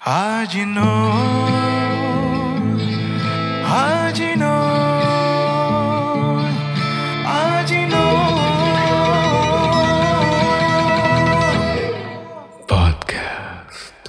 Ajino, Ajino, Ajino Podcast.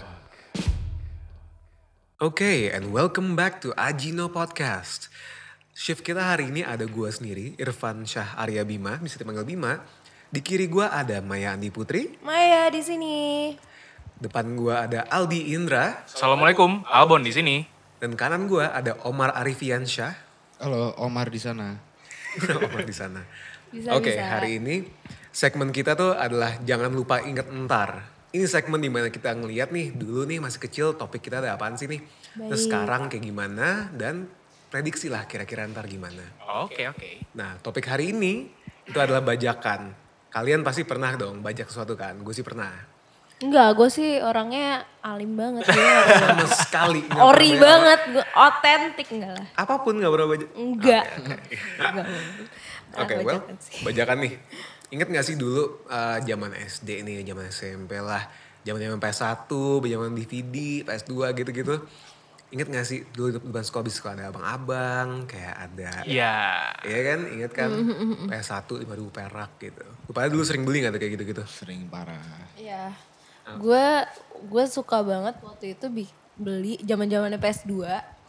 Oke, and welcome back to Ajino Podcast. Shift kita hari ini ada gue sendiri, Irfan Syah Arya Bima, bisa dipanggil Bima. Di kiri gue ada Maya Andi Putri. Maya di sini. Depan gue ada Aldi Indra. Assalamualaikum, Albon di sini. Dan kanan gue ada Omar Arifiansyah. Halo, Omar di sana. Omar di sana. Bisa, Oke, bisa. hari ini segmen kita tuh adalah jangan lupa inget entar. Ini segmen dimana kita ngeliat nih, dulu nih masih kecil topik kita ada apaan sih nih. Terus Baik. sekarang kayak gimana dan prediksi lah kira-kira ntar gimana. Oke. Nah, topik hari ini itu adalah bajakan. Kalian pasti pernah dong bajak sesuatu kan? Gue sih pernah. Enggak, gue sih orangnya alim banget. Sama sekali. nggak Ori pernah. banget, gue otentik enggak lah. Apapun gak pernah bajak. Enggak. Enggak. Oke, well, bajakan sih. bajakan nih. Ingat gak sih dulu zaman SD nih, zaman SMP lah. Zaman PS1, zaman DVD, PS2 gitu-gitu. Ingat gak sih dulu depan sekolah bisa ada abang-abang, kayak ada... Iya. Iya kan, ingat kan? PS1 5.000 perak gitu. Lu pada dulu sering beli gak tuh kayak gitu-gitu? Sering parah. Iya. Gue suka banget waktu itu beli zaman-zamannya PS2.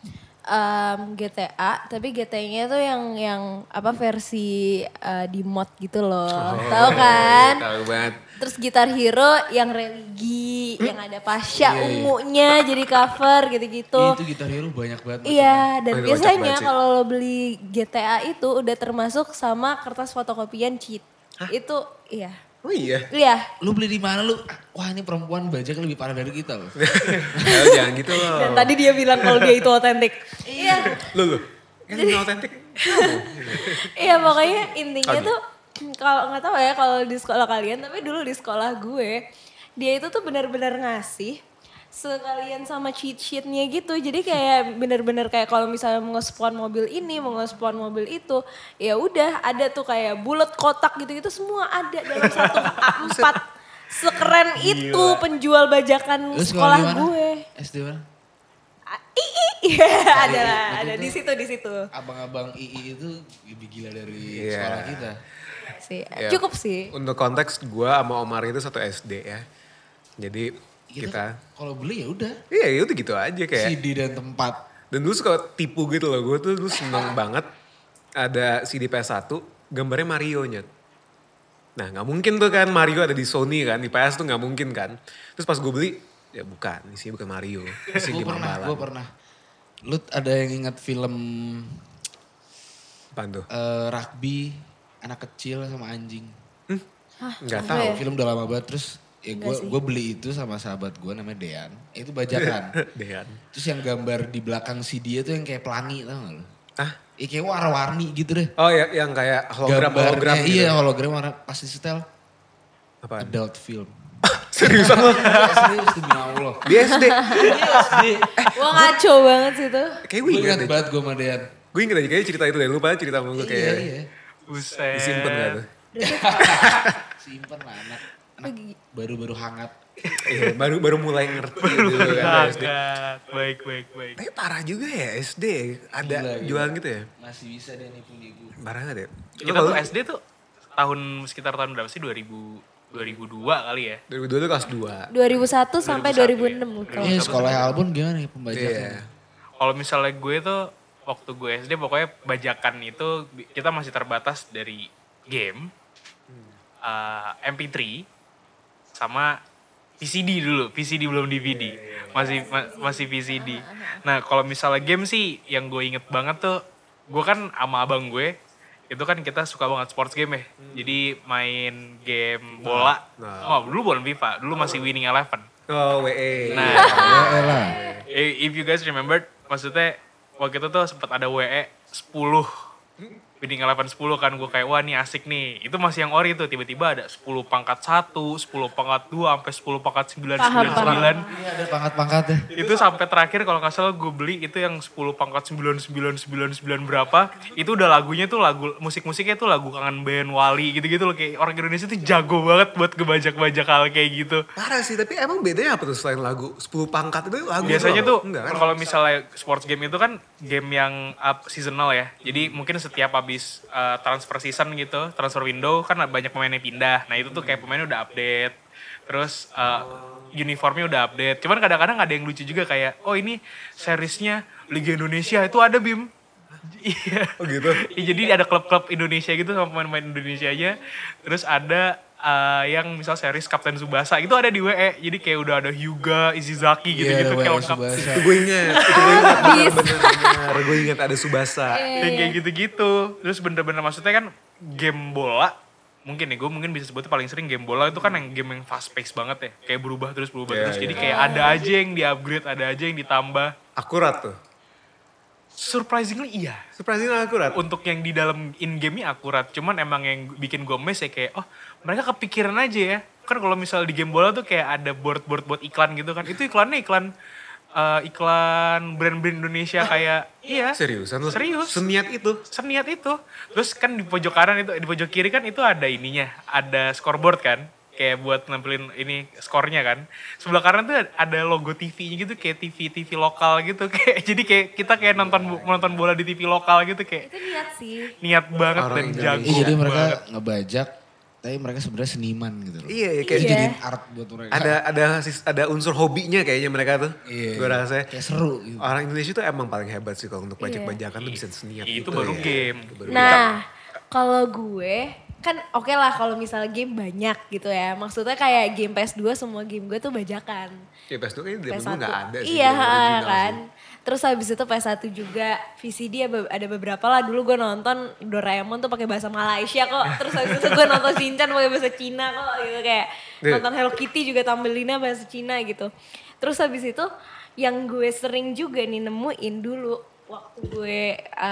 GTA, tapi GTA-nya tuh yang apa versi di mod gitu loh. Tahu kan? Tahu banget. Terus Gitar Hero yang religi, yang ada Pasha ungunya jadi cover gitu-gitu. Itu Gitar Hero banyak banget. Iya, dan Oh, itu biasanya kocak banget sih. kalau lo beli GTA itu udah termasuk sama kertas fotokopian cheat. Itu iya. Oh iya? Iya. Lu beli di mana lu? Wah ini perempuan bajak lebih parah dari kita loh. Oh, jangan gitu loh. Dan tadi dia bilang kalau dia itu otentik. Iya. Lu. Kan ini otentik. Iya, pokoknya intinya Oh, tuh kalau nggak tahu ya kalau di sekolah kalian, tapi dulu di sekolah gue dia itu tuh benar-benar ngasih sekalian sama cheat sheetnya gitu. Jadi kayak bener-bener kayak kalau misalnya mau nge-spawn mobil ini, mau nge-spawn mobil itu, ya udah ada tuh kayak bulat kotak gitu-gitu semua ada dalam satu A4. Sekeren itu penjual bajakan Lu sekolah di mana? gue. SD mana? Iya, ada lah, ada di situ. Abang-abang II itu lebih gila dari Iya. sekolah kita. Sih, Ya, cukup sih. Untuk konteks gue sama Omar itu satu SD ya. Jadi kita Kalau beli ya udah. iya itu gitu aja kayak. CD dan tempat. Dan dulu suka tipu gitu loh. Gue tuh dulu seneng banget ada CD PS1 gambarnya Mario nya. Nah gak mungkin tuh kan Mario ada di Sony kan. Di PS tuh gak mungkin kan. Terus pas gue beli ya bukan. Isinya bukan Mario. Isinya Gue pernah. Lu ada yang ingat film Apaan tuh? rugby anak kecil sama anjing? Gak apa tahu. ya? Film udah lama banget terus ya Enggak sih. gue beli itu sama sahabat gue namanya Dean. Itu bajakan. Dean. Terus yang gambar di belakang si dia tuh yang kayak pelangi tau gak lu? Ah? Ya kayak warna-warni gitu deh. Oh ya yang kayak hologram Gambarnya, gitu. iya hologram warna pasti setel Apaan? adult film. Seriusan lo? Serius demi Allah. Di SD? Wah ngaco banget sih tuh. Kayak Gue gue ingat ingat deh. banget gue sama Dean. Gue inget aja kayaknya cerita itu deh. Lupa cerita sama gue Iya kayak iya. Buset. disimpan gak tuh? Simpen lah anak baru-baru hangat. Iya, baru mulai ngerti dulu kan SD. Baik. Tapi parah juga ya SD ada Gila. jualan gitu ya. Masih bisa dia nipu-nipu. Parah gak deh? Kita tuh SD tuh sekitar tahun berapa sih? 2002 kali ya. 2002 tuh kelas 2. 2001 sampai 2006 kalau. Iya sekolah Albon gimana nih pembajakan? Iya. Kalau misalnya gue tuh waktu gue SD pokoknya bajakan itu kita masih terbatas dari game, MP3, sama VCD dulu. VCD belum DVD. Masih VCD. Nah kalau misalnya game sih yang gue inget banget tuh, gue kan sama abang gue, itu kan kita suka banget sports game ya. Jadi main game bola. Oh dulu bukan FIFA, dulu masih Winning Eleven. Oh WE. Nah, Ya elah. if you guys remember, maksudnya waktu itu tuh sempat ada WE 10 Winning Eleven 10 kan, gue kayak wah nih asik nih. Itu masih yang ori tuh, tiba-tiba ada 10 pangkat 1, 10 pangkat 2, sampai 10 pangkat 9, Paham, 9. Iya ada pangkat-pangkatnya. Itu sampai terakhir kalau nggak salah gue beli itu yang 10 pangkat 9999 berapa. Itu udah lagunya tuh musik-musiknya tuh lagu Kangen Band Wali gitu-gitu loh. Kayak orang Indonesia tuh jago banget buat ngebajak-bajak hal kayak gitu. Parah sih, tapi emang bedanya apa tuh selain lagu? 10 pangkat itu lagu Biasanya doang? tuh Enggak kan? kalau misalnya sports game itu kan game yang seasonal ya. Jadi mungkin setiap habis transfer season gitu, transfer window kan banyak pemain yang pindah. Nah itu tuh kayak pemainnya udah update. Terus uniformnya udah update. Cuman kadang-kadang ada yang lucu juga kayak, oh ini seriesnya Liga Indonesia itu ada Bim. Iya. Oh gitu? Iya, jadi ada klub-klub Indonesia gitu sama pemain-pemain Indonesianya. Terus ada yang misal series Kapten Tsubasa itu ada di WE. Jadi kayak udah ada Hyuga, Izizaki gitu-gitu kayak lengkap. Itu gue inget, bener-bener. Gue inget ada Subasa. Kayak gitu-gitu. Terus bener-bener maksudnya kan game bola mungkin nih gue mungkin bisa sebutnya paling sering game bola itu kan yang game yang fast pace banget ya. Kayak berubah terus. Jadi kayak ada aja yang di-upgrade, ada aja yang ditambah. Akurat tuh. Surprisingly iya. Surprisingly akurat. Untuk yang di dalam in-game-nya akurat. Cuman emang yang bikin gue mes ya kayak, oh mereka kepikiran aja ya. Kan kalau misal di game bola tuh kayak ada board buat iklan gitu kan. Itu iklannya iklan brand-brand Indonesia kayak, iya. Seriusan lu? Serius. Seniat itu? Seniat itu. Terus kan di pojok kanan itu, di pojok kiri kan itu ada ininya. Ada scoreboard kan. Kayak buat nampilin ini skornya kan. Sebelah kanan tuh ada logo TV-nya gitu kayak TV lokal gitu. Kayak jadi kayak kita kayak nonton bola di TV lokal gitu kayak. Itu niat sih. Niat banget Orang dan Indonesia. jago Iya, jadi mereka banget. ngebajak, tapi mereka sebenarnya seniman gitu loh. Iya, kayak Itu Iya. jadiin art buat mereka. ada unsur hobinya kayaknya mereka tuh. Iya. Gue rasa. Kayak seru gitu. Orang Indonesia tuh emang paling hebat sih kalau untuk bajak-bajakan tuh bisa seniat Itu gitu baru ya. game. Nah, kalau gue kan oke lah kalau misalnya game banyak gitu ya. Maksudnya kayak game PS2 semua game gue tuh bajakan. Ya PS2 kayaknya dari PS1. dulu gak ada sih. Iya game original kan. sih. Terus habis itu PS1 juga VCD ada beberapa lah. Dulu gue nonton Doraemon tuh pakai bahasa Malaysia kok. Terus habis itu gue nonton Shinchan pakai bahasa Cina kok gitu kayak. Nonton Hello Kitty juga tambelinnya bahasa Cina gitu. Terus habis itu yang gue sering juga nih nemuin dulu waktu gue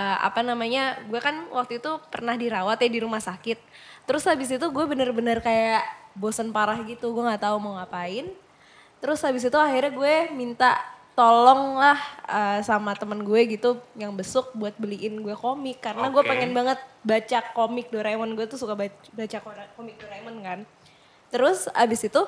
gue kan waktu itu pernah dirawat ya di rumah sakit. Terus habis itu gue bener-bener kayak bosen parah gitu, gue nggak tahu mau ngapain. Terus habis itu akhirnya gue minta tolong lah sama temen gue gitu yang besuk buat beliin gue komik. Karena gue Oke. pengen banget baca komik Doraemon, gue tuh suka baca komik Doraemon kan. Terus abis itu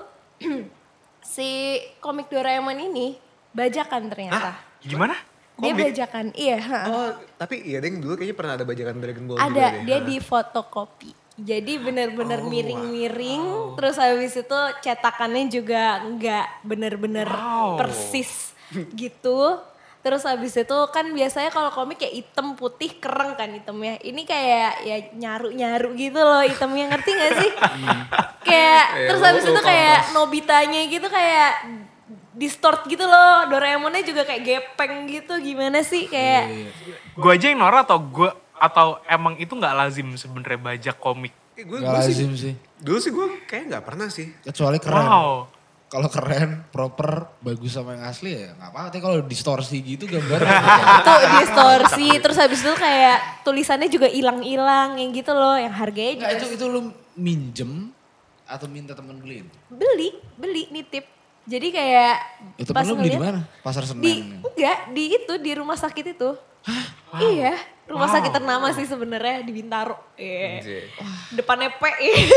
si komik Doraemon ini bajakan ternyata. Gimana? Dia Komik? bajakan, iya. Oh, tapi iya deng dulu kayaknya pernah ada bajakan Dragon Ball juga Ada, deh. dia di fotokopi. Jadi bener-bener miring-miring, terus habis itu cetakannya juga nggak bener-bener persis gitu. Terus habis itu kan biasanya kalau komik kayak hitam putih kereng kan hitamnya. Ini kayak ya nyaru-nyaru gitu loh hitamnya, ngerti gak sih? Kayak terus habis itu kayak Nobitanya gitu kayak distort gitu loh. Doraemonnya juga kayak gepeng gitu, gimana sih kayak Gue aja yang norak atau emang itu nggak lazim sebenarnya bajak komik. Gue Gak lazim sih. Dulu sih gue kayak gak pernah sih. Kecuali keren. Wow. Kalau keren, proper, bagus sama yang asli ya gak apa-apa. Tapi kalau distorsi gitu gambar. itu distorsi terus habis itu kayak tulisannya juga hilang-hilang yang gitu loh yang harganya Enggak, juga itu lu minjem atau minta temen beliin? beli nitip jadi kayak Itu pas lu beli di ngeliat- mana? Pasar Senen. enggak di rumah sakit itu iya rumah sakit ternama sih sebenarnya di Bintaro iya. Anjir. Depannya P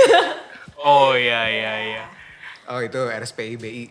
Oh iya. Oh itu RSPI BI.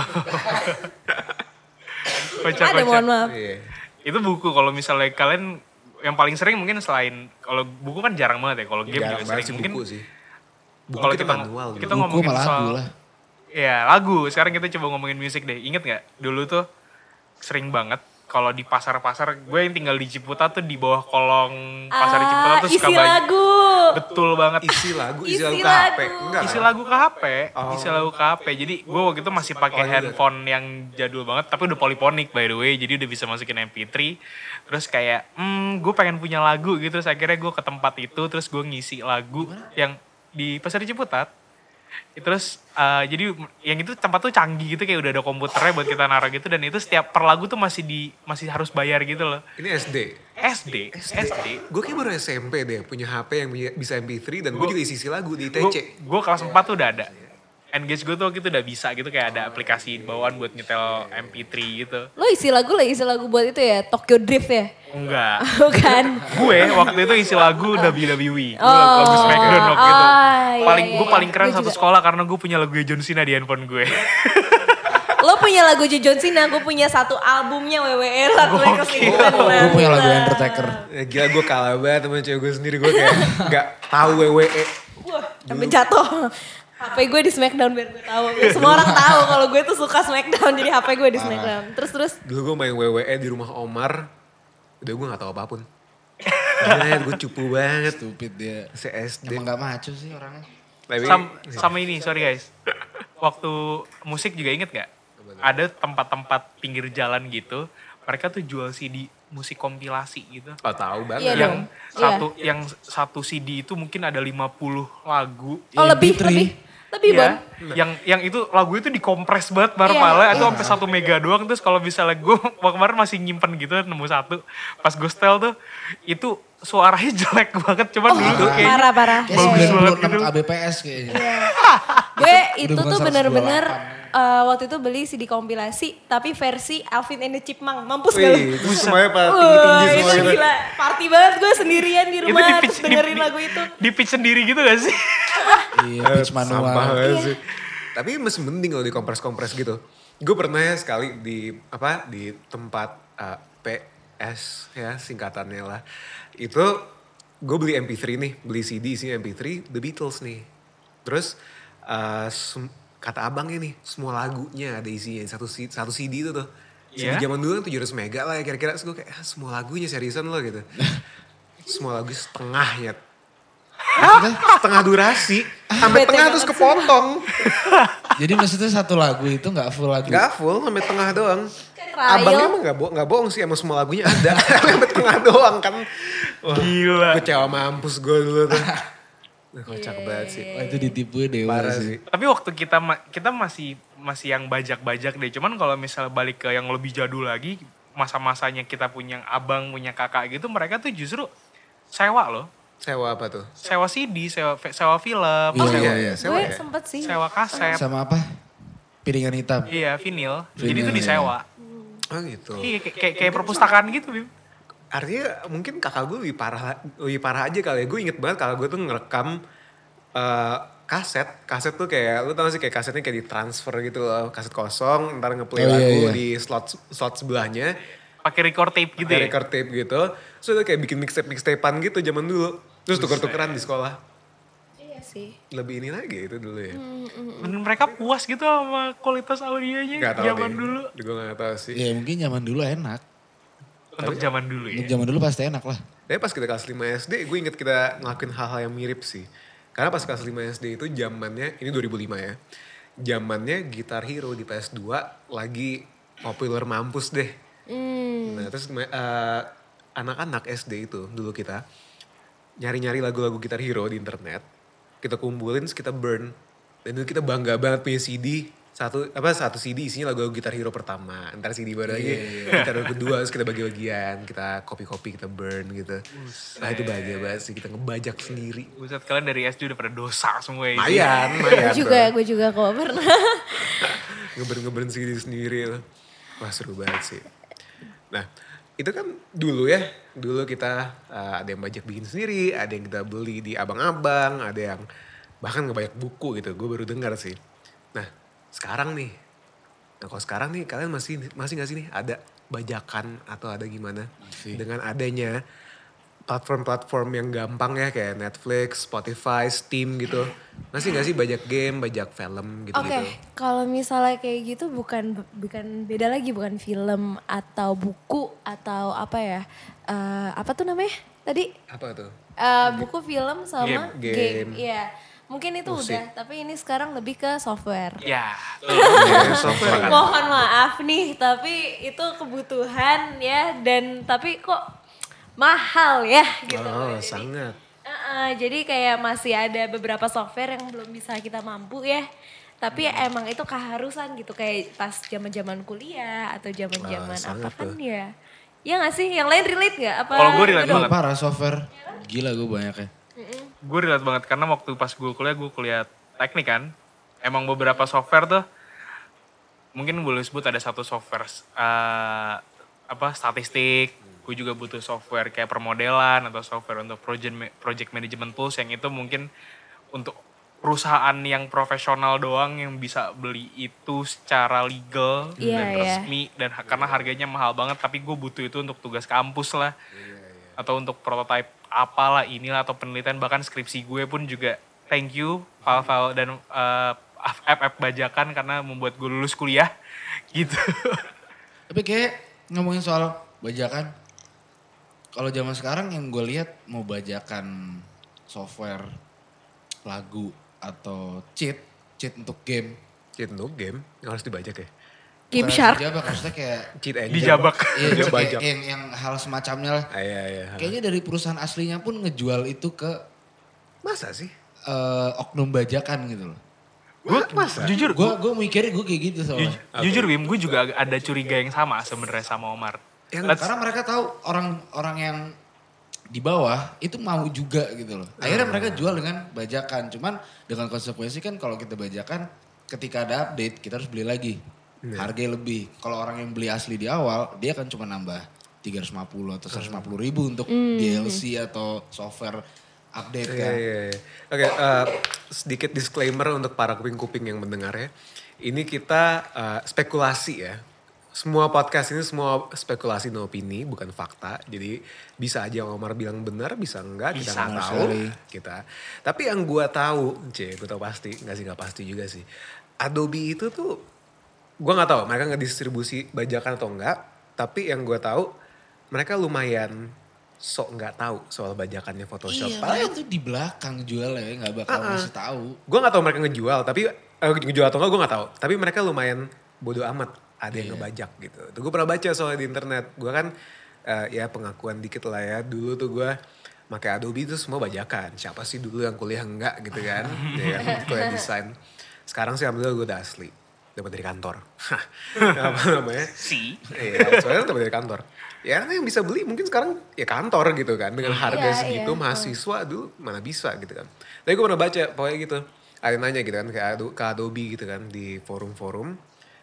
ada mohon maaf Iya. Itu buku kalau misalnya kalian yang paling sering mungkin selain kalau buku kan jarang banget ya, kalau game Jarang juga banget sering. sih Mungkin buku sih. Buku kalau kita kita manual dulu. kita Buku ngomongin malah soal lagu lah. ya lagu. Sekarang kita coba ngomongin musik deh. Ingat nggak dulu tuh sering banget kalau di pasar-pasar, gue yang tinggal di Ciputat tuh di bawah kolong pasar di Ciputat tuh suka isi banyak. lagu Betul banget. Isi lagu Isi ke HP. lagu. Enggak Isi kan? lagu ke HP, Oh. isi lagu ke HP. Jadi gue waktu itu masih pakai handphone yang jadul banget, tapi udah polyphonic by the way. Jadi udah bisa masukin MP3. Terus kayak, gue pengen punya lagu gitu. Terus akhirnya gue ke tempat itu, terus gue ngisi lagu yang di Pasar Ciputat. Terus jadi yang itu tempat tuh canggih gitu, kayak udah ada komputernya buat kita naruh gitu, dan itu setiap per lagu tuh masih harus bayar gitu loh. Ini SD. SD. Gue kayak baru SMP deh punya HP yang bisa MP3 dan gue juga isi lagu di ITC. Gue kelas 4 tuh udah ada. Engage gue tuh waktu itu udah bisa gitu, kayak ada aplikasi bawaan buat nyetel MP3 gitu. Lo isi lagu buat itu ya, Tokyo Drift ya? Enggak. Bukan. Gue waktu itu isi lagu WWE. Gue lagu Smackdown waktu itu. Gue paling keren Gue satu juga. sekolah karena gue punya lagu John Cena di handphone gue. Lo punya lagu John Cena, gue punya satu albumnya WWE, satu kesimpulan. Gue punya lagu Undertaker. Ya, gila gue kalah banget sama cewek gue sendiri. Gue kayak gak tahu WWE. Wah, sampai jatuh. HP gue di Smackdown biar gue tahu. Semua orang tahu kalau gue tuh suka Smackdown, jadi HP gue di Smackdown. Terus. Dulu gue main WWE di rumah Omar. Udah gue gak tahu apapun. Banget, gue cupu banget. Stupid dia. SD. Emang gak maco sih orangnya. Tapi, Sama ini, sorry guys. Waktu musik juga inget gak? Ada tempat-tempat pinggir jalan gitu. Mereka tuh jual CD musik kompilasi gitu. oh tahu banget. Iya yang dong. yang satu CD itu mungkin ada 50 lagu. Oh lebih, MP3. lebih Bon. Iya, yang itu lagu itu dikompres banget Iya. marpala itu sampai 1 mega doang. Terus kalau misalnya gue kemarin masih nyimpen gitu, nemu satu pas gue setel tuh itu suaranya jelek banget, cuman dulu tuh kayak Parah. Kayak Bagus banget 96 gitu. kbps kayaknya. Gue itu bukan tuh 128. bener-bener waktu itu beli CD kompilasi tapi versi Alvin and the Chipmunk. Mampus gak lu? Wih, itu semuanya Wah, tinggi-tinggi semua itu gitu. gila. Party banget gue sendirian di Itu rumah di terus dengerin lagu itu. Di pitch sendiri gitu gak sih? Iya, pitch Sampah manual. banget sih. Tapi masih mending kalau dikompres-kompres gitu. Gue pernah ya sekali di tempat PS ya singkatannya lah. Itu gue beli MP3 nih, beli CD isinya MP3 The Beatles nih. Terus kata abangnya nih, semua lagunya ada isinya satu CD itu tuh. CD Iya? zaman dulu kan 700 mega lah ya kira-kira. Terus gue kayak semua lagunya seriusan lo gitu. Semua lagu setengahnya. Setengah durasi. Sampai Bete tengah banget terus sih. kepotong. Jadi maksudnya satu lagu itu gak full lagu. Gak full, sampai tengah doang. Trial. Abangnya emang gak bohong sih, emang semua lagunya ada. Sampai tengah doang kan. Wah, Gila. kecewa mampus gue dulu tuh. Kocak banget sih. Wah, itu ditipu dewa Parah sih. sih. Tapi waktu kita masih yang bajak-bajak deh. Cuman kalau misalnya balik ke yang lebih jadul lagi, masa-masanya kita punya abang, punya kakak gitu, mereka tuh justru sewa loh. Sewa apa tuh? Sewa CD, sewa film, Oh Iya, iya, sewa Gue ya. sempet sih. sewa kaset. Sama apa? Piringan hitam. Iya, vinil. Jadi Vinil, itu disewa. Oh gitu. Iya, kayak perpustakaan gitu, Bim. Artinya mungkin kakak gue lebih parah aja kali ya. Gue inget banget kakak gue tuh ngerekam kaset tuh kayak, lu tau gak sih kayak kasetnya kayak ditransfer gitu loh. Kaset kosong, ntar ngeplay Oh, iya, lagu iya. di slot sebelahnya. Pakai record tape gitu Ada ya. record tape gitu. Terus udah kayak bikin mixtapean gitu zaman dulu. Terus tuker-tukeran di sekolah. Iya sih. Lebih ini lagi itu dulu ya. Dan mereka puas gitu sama kualitas audionya Gak tau zaman deh. dulu. Gue gak tau sih. Ya mungkin zaman dulu enak. Untuk zaman dulu ya. Untuk zaman dulu pasti enak lah. Tapi pas kita kelas 5 SD, gue inget kita ngelakuin hal-hal yang mirip sih. Karena pas kelas 5 SD itu zamannya, ini 2005 ya. Zamannya Guitar Hero di PS2 lagi populer mampus deh. Nah terus anak-anak SD itu dulu kita nyari-nyari lagu-lagu Guitar Hero di internet. Kita kumpulin, terus kita burn. Dan itu kita bangga banget punya CD. Satu CD isinya lagu Guitar Hero pertama. Ntar CD baru lagi Guitar Hero kedua, terus kita bagi-bagian. Kita copy-copy, kita burn gitu. Nah itu bahagia banget sih, kita ngebajak sendiri. Buset, kalian dari SD udah pada dosa semua ya. Lumayan. Gue juga kok pernah. Ngeburn CD sendiri. Wah seru banget sih. Nah itu kan dulu ya. Dulu kita ada yang bajak bikin sendiri. Ada yang kita beli di abang-abang. Ada yang bahkan ngebajak buku gitu. Gue baru dengar sih. Nah sekarang nih. Nah kalau sekarang nih kalian masih gak sih nih ada bajakan atau ada gimana? Dengan adanya platform-platform yang gampang ya kayak Netflix, Spotify, Steam gitu. Masih gak sih bajak game, bajak film gitu-gitu? Oke, kalau misalnya kayak gitu bukan beda lagi, bukan film atau buku atau apa ya? Apa tuh namanya tadi? Apa tuh? Buku, film sama Game. Iya, mungkin itu Musik. udah. Tapi ini sekarang lebih ke software. Ya. Software. Mohon maaf nih, tapi itu kebutuhan ya. Dan tapi kok mahal ya gitu. Oh Jadi, sangat. Jadi kayak masih ada beberapa software yang belum bisa kita mampu ya. Tapi emang itu keharusan gitu kayak pas zaman-zaman kuliah atau zaman-zaman sangat apa kan tuh. ya. Ya gak sih? Yang lain relate gak? Apa Kalau gue relate itu doang? banget. Parah software. Gila gue banyak ya. Gue relate banget karena waktu pas gue kuliah teknik kan. Emang beberapa software tuh mungkin boleh sebut ada satu software statistik. Gue juga butuh software kayak permodelan atau software untuk project management tools yang itu mungkin untuk perusahaan yang profesional doang yang bisa beli itu secara legal Iya, dan iya. resmi dan karena harganya mahal banget tapi gue butuh itu untuk tugas kampus lah atau untuk prototype apalah inilah atau penelitian bahkan skripsi gue pun juga thank you file-file dan app bajakan karena membuat gue lulus kuliah gitu. Tapi kayak ngomongin soal bajakan. Kalau zaman sekarang yang gue lihat mau bajakan software, lagu atau cheat untuk game. Cheat untuk game yang harus dibajak ya. Game Bukan Shark. dijabak, maksudnya kayak Cheat engine. Dijabak. iya, Dia kayak bajak. yang hal semacamnya lah. Iya. Kayaknya dari perusahaan aslinya pun ngejual itu ke Masa sih? oknum bajakan gitu loh. Masa? Jujur Gue mikirnya gue kayak gitu soalnya. jujur Wim, gue juga ada curiga yang sama sebenarnya sama Omar. Karena mereka tahu orang yang di bawah itu mau juga gitu loh. Akhirnya mereka jual dengan bajakan. Cuman dengan konsekuensi kan kalau kita bajakan ketika ada update kita harus beli lagi. Harganya lebih. Kalau orang yang beli asli di awal dia kan cuma nambah 350 atau 150 ribu untuk DLC atau software update kan. Iya. Oke, sedikit disclaimer untuk para kuping-kuping yang mendengar ya. Ini kita spekulasi ya. Semua podcast ini semua spekulasi dan opini, bukan fakta. Jadi bisa aja Omar bilang benar, bisa enggak, kita Bisa, nggak benar tahu. sekali. Tapi yang gua tahu, gue tahu pasti, nggak pasti juga sih. Adobe itu tuh, gua nggak tahu mereka ngedistribusi bajakan atau enggak. Tapi yang gua tahu, mereka lumayan sok nggak tahu soal bajakannya Photoshop. Iya, mereka tuh di belakang jualnya ya nggak bakal ngasih tahu. Gue gak tahu mereka ngejual, tapi ngejual atau enggak gue gak tahu. Tapi mereka lumayan bodoh amat, ada yang ngebajak gitu. Itu gue pernah baca soalnya di internet. Gue kan ya pengakuan dikit lah ya. Dulu tuh gue pakai Adobe itu semua bajakan. Siapa sih dulu yang kuliah enggak gitu kan. Ya kan, kuliah desain. Sekarang sih alhamdulillah gue udah asli. Dapat dari kantor. Apa namanya? Iya, soalnya dapat dari kantor. Ya yang bisa beli mungkin sekarang ya kantor gitu kan. Dengan harga Iya, segitu iya. mahasiswa dulu mana bisa gitu kan. Tapi gue pernah baca pokoknya gitu. Ada yang nanya gitu kan ke Adobe gitu kan di forum-forum.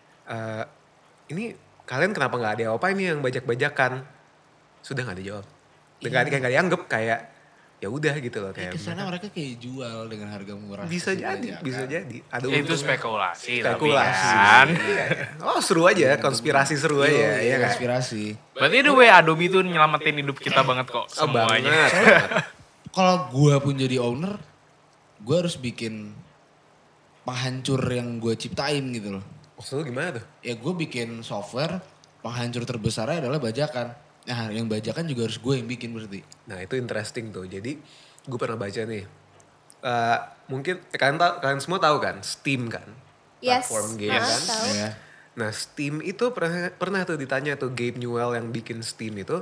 Ini kalian kenapa gak ada apa ini yang bajak-bajakan? Sudah gak dijawab. Kayak gak dianggap kayak ya udah gitu loh kayak. Kesana mereka kayak jual dengan harga murah. Bisa kasih jadi, bajakan. bisa jadi. Adobe Ya, itu spekulasi, spekulasi. tapi kan. Iya. Oh seru aja, konspirasi seru aja ya Iya, kan. konspirasi. Berarti itu Adobe itu nyelamatin hidup kita banget kok Oh, semuanya. banget. Kalau gue pun jadi owner, gue harus bikin penghancur yang gue ciptain gitu loh. Maksud lu gimana tuh? Ya gue bikin software, penghancur terbesarnya adalah bajakan. Nah yang bajakan juga harus gue yang bikin berarti. Nah itu interesting tuh. Jadi gue pernah baca nih. Mungkin kalian semua tahu kan Steam kan? Yes. Platform game Yes. kan? Tahu. Ya. Nah Steam itu pernah tuh ditanya tuh Gabe Newell yang bikin Steam itu.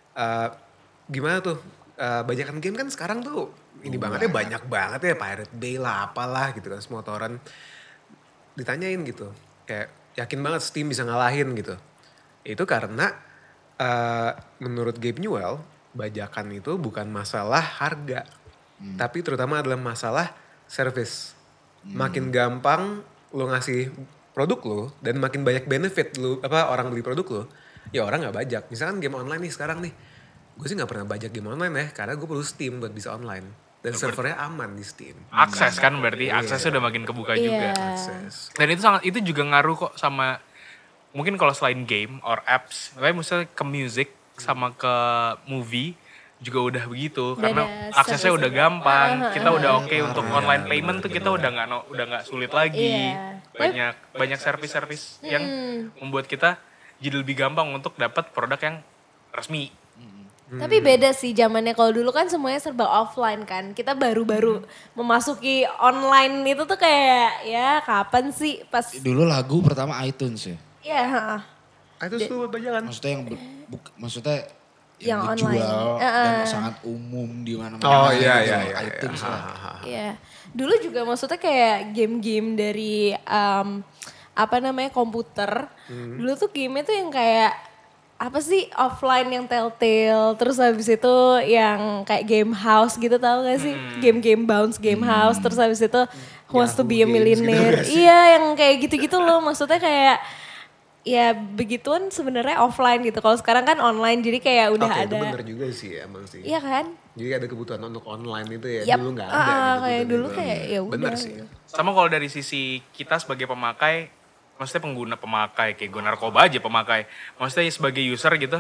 Gimana tuh? Bajakan game kan sekarang tuh ini banget ya banyak banget ya. Pirate Bay lah apalah gitu kan semua torrent. Ditanyain gitu. Kayak yakin banget Steam bisa ngalahin gitu. Itu karena menurut Gabe Newell bajakan itu bukan masalah harga. Tapi terutama adalah masalah service. Makin gampang lo ngasih produk lo dan makin banyak benefit lo orang beli produk lo, ya orang nggak bajak. Misalkan game online nih sekarang nih, gue sih nggak pernah bajak game online ya karena gue perlu Steam buat bisa online dan servernya aman di Steam. Akses kan berarti aksesnya udah makin kebuka juga. Iya. Akses. Dan itu juga ngaruh kok sama mungkin kalau selain game or apps, tapi misalnya ke music sama ke movie juga udah begitu Udah karena ada aksesnya service udah juga. gampang. Kita udah oke untuk online payment tuh kita udah nggak sulit lagi. Iya. Banyak service-service yang membuat kita jadi lebih gampang untuk dapat produk yang resmi. Tapi beda sih zamannya kalau dulu kan semuanya serba offline kan. Kita baru-baru memasuki online itu tuh kayak ya kapan sih pas Dulu lagu pertama iTunes ya. ya Itu tuh buat bajakan. Maksudnya yang maksudnya Yang dijual online. dan sangat umum di mana-mana. Oh iya gitu iya loh, iya. iTunes lah. Iya. Dulu juga maksudnya kayak game-game dari apa namanya komputer. Dulu tuh game-nya tuh yang kayak apa sih offline yang Telltale, terus habis itu yang kayak game house gitu tahu gak sih? Game-game bounce game house, terus habis itu Who Wants to Be a Yahoo Games gitu Millionaire. gak sih? Iya, yang kayak gitu-gitu loh. Maksudnya kayak ya begituan sebenarnya offline gitu. Kalau sekarang kan online jadi kayak udah Oke, ada. itu bener juga sih emang sih. Iya kan? Jadi ada kebutuhan untuk online itu ya Yap. dulu nggak ada gitu. Kayak gitu. dulu kayak ya udah. Bener sih. gitu. Sama kalau dari sisi kita sebagai pemakai, maksudnya pengguna pemakai, kayak gue narkoba aja pemakai. Maksudnya sebagai user gitu,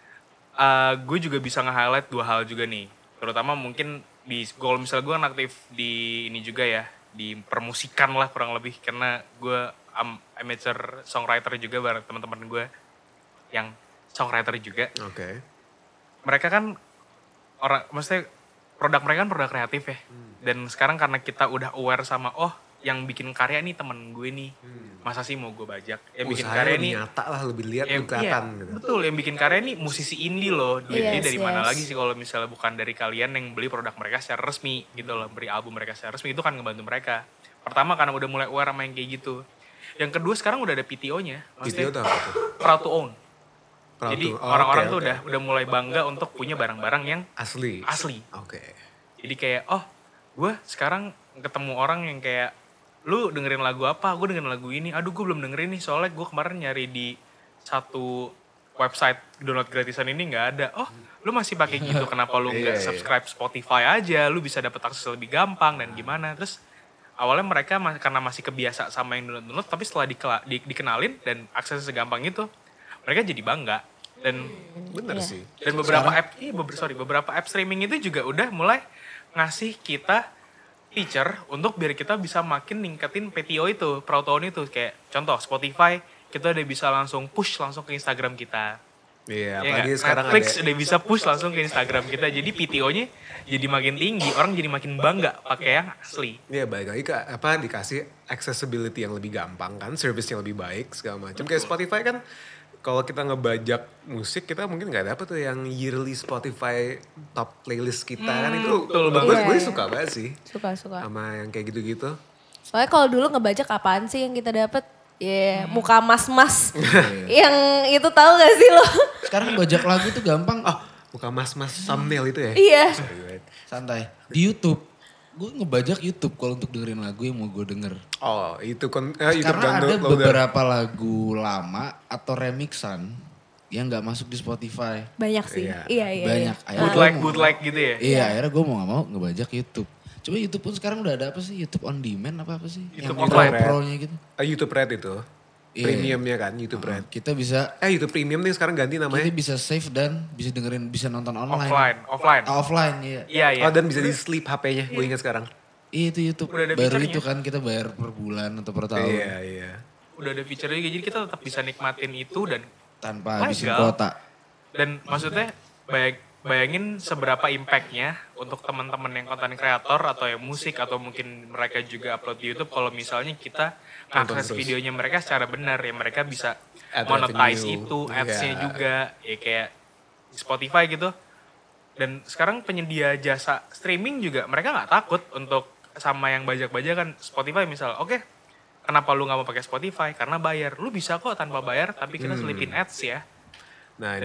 gue juga bisa nge-highlight 2 hal juga nih. Terutama mungkin kalau misalnya gue kan aktif di ini juga ya, di permusikan lah kurang lebih. Karena gue amateur songwriter juga bareng teman-teman gue yang songwriter juga. Oke. Mereka kan maksudnya produk mereka kan produk kreatif ya. Dan sekarang karena kita udah aware sama yang bikin karya nih temen gue nih. Masa sih mau gue bajak? Yang bikin Usahanya karya lebih nih nyata lah, lebih lihat, ya, lebih kelihatan iya, gitu. betul, yang bikin karya nih musisi indie loh. Duitnya Yes, dari mana yes. lagi sih kalau misalnya bukan dari kalian yang beli produk mereka secara resmi gitu loh. Beli album mereka secara resmi itu kan ngebantu mereka. Pertama karena udah mulai aware sama yang kayak gitu. Yang kedua sekarang udah ada PTO-nya. Video tuh apa tuh? Proud to own. Proud Jadi to- orang-orang oke, tuh oke. udah mulai bangga untuk punya barang-barang yang Asli. asli. Oke. Jadi kayak gue sekarang ketemu orang yang kayak lu dengerin lagu apa? Gue dengerin lagu ini. Aduh gue belum dengerin nih soalnya gue kemarin nyari di satu website download gratisan ini nggak ada. Lu masih pakai gitu? Kenapa lu nggak Iya, iya. subscribe Spotify aja? Lu bisa dapet akses lebih gampang dan gimana? Terus awalnya mereka karena masih kebiasa sama yang download, tapi setelah dikenalin dan aksesnya segampang itu, mereka jadi bangga. Dan Bener Iya. sih. beberapa app streaming itu juga udah mulai ngasih kita feature untuk biar kita bisa makin ningkatin PTO itu, Proud to Own itu. Kayak contoh Spotify, kita udah bisa langsung push langsung ke Instagram kita. Iya, Ya apalagi nggak? sekarang Netflix ada udah bisa push langsung ke Instagram kita. Jadi PTO-nya jadi makin tinggi, orang jadi makin bangga pakai yang asli. Iya, balik lagi ke dikasih accessibility yang lebih gampang kan, service yang lebih baik segala macam. Kayak Spotify kan kalau kita ngebajak musik kita mungkin nggak dapet tuh yang yearly Spotify top playlist kita kan itu betul gue banget. suka banget sih Suka-suka. sama yang kayak gitu-gitu. Soalnya kalau dulu ngebajak apaan sih yang kita dapet? Ya muka mas-mas. Yang itu tahu gak sih lo? Sekarang bajak lagu tuh gampang. Bukan mas-mas thumbnail itu ya? Iya. Sorry, wait. Santai. Di YouTube. Gue ngebajak YouTube kalau untuk dengerin lagu yang mau gue denger. Oh itu YouTube Karena ada download loader. beberapa lagu lama atau remixan yang gak masuk di Spotify. Banyak sih. Iya. Iya. Banyak. Akhirnya gua mau- Bootleg gitu ya. Iya akhirnya gue mau gak mau ngebajak YouTube. Coba YouTube pun sekarang udah ada apa sih? YouTube on demand apa sih? YouTube yang offline. pro-nya gitu. YouTube Red itu. Iya. Premiumnya kan YouTube Red. Kita bisa YouTube Premium nih sekarang ganti namanya. kita bisa save dan bisa dengerin, bisa nonton online. Offline. Offline ya. Iya, iya. Oh dan bisa di sleep HP-nya, gue ingat sekarang. Itu YouTube Udah ada baru feature-nya. itu kan kita bayar per bulan atau per tahun Iya. Udah ada feature-nya jadi kita tetap bisa nikmatin itu dan tanpa habisin Legal. kuota. Dan maksudnya bayangin seberapa impact-nya untuk teman-teman yang konten kreator atau yang musik atau mungkin mereka juga upload di YouTube kalau misalnya kita Nonton akses terus. videonya mereka secara benar ya mereka bisa Ad monetize revenue. itu, ads-nya Iya. juga ya kayak di Spotify gitu. Dan sekarang penyedia jasa streaming juga mereka nggak takut untuk sama yang bajak-bajakan Spotify misal, oke, kenapa lu nggak mau pakai Spotify? Karena bayar, lu bisa kok tanpa bayar tapi kita selipin ads ya. Nah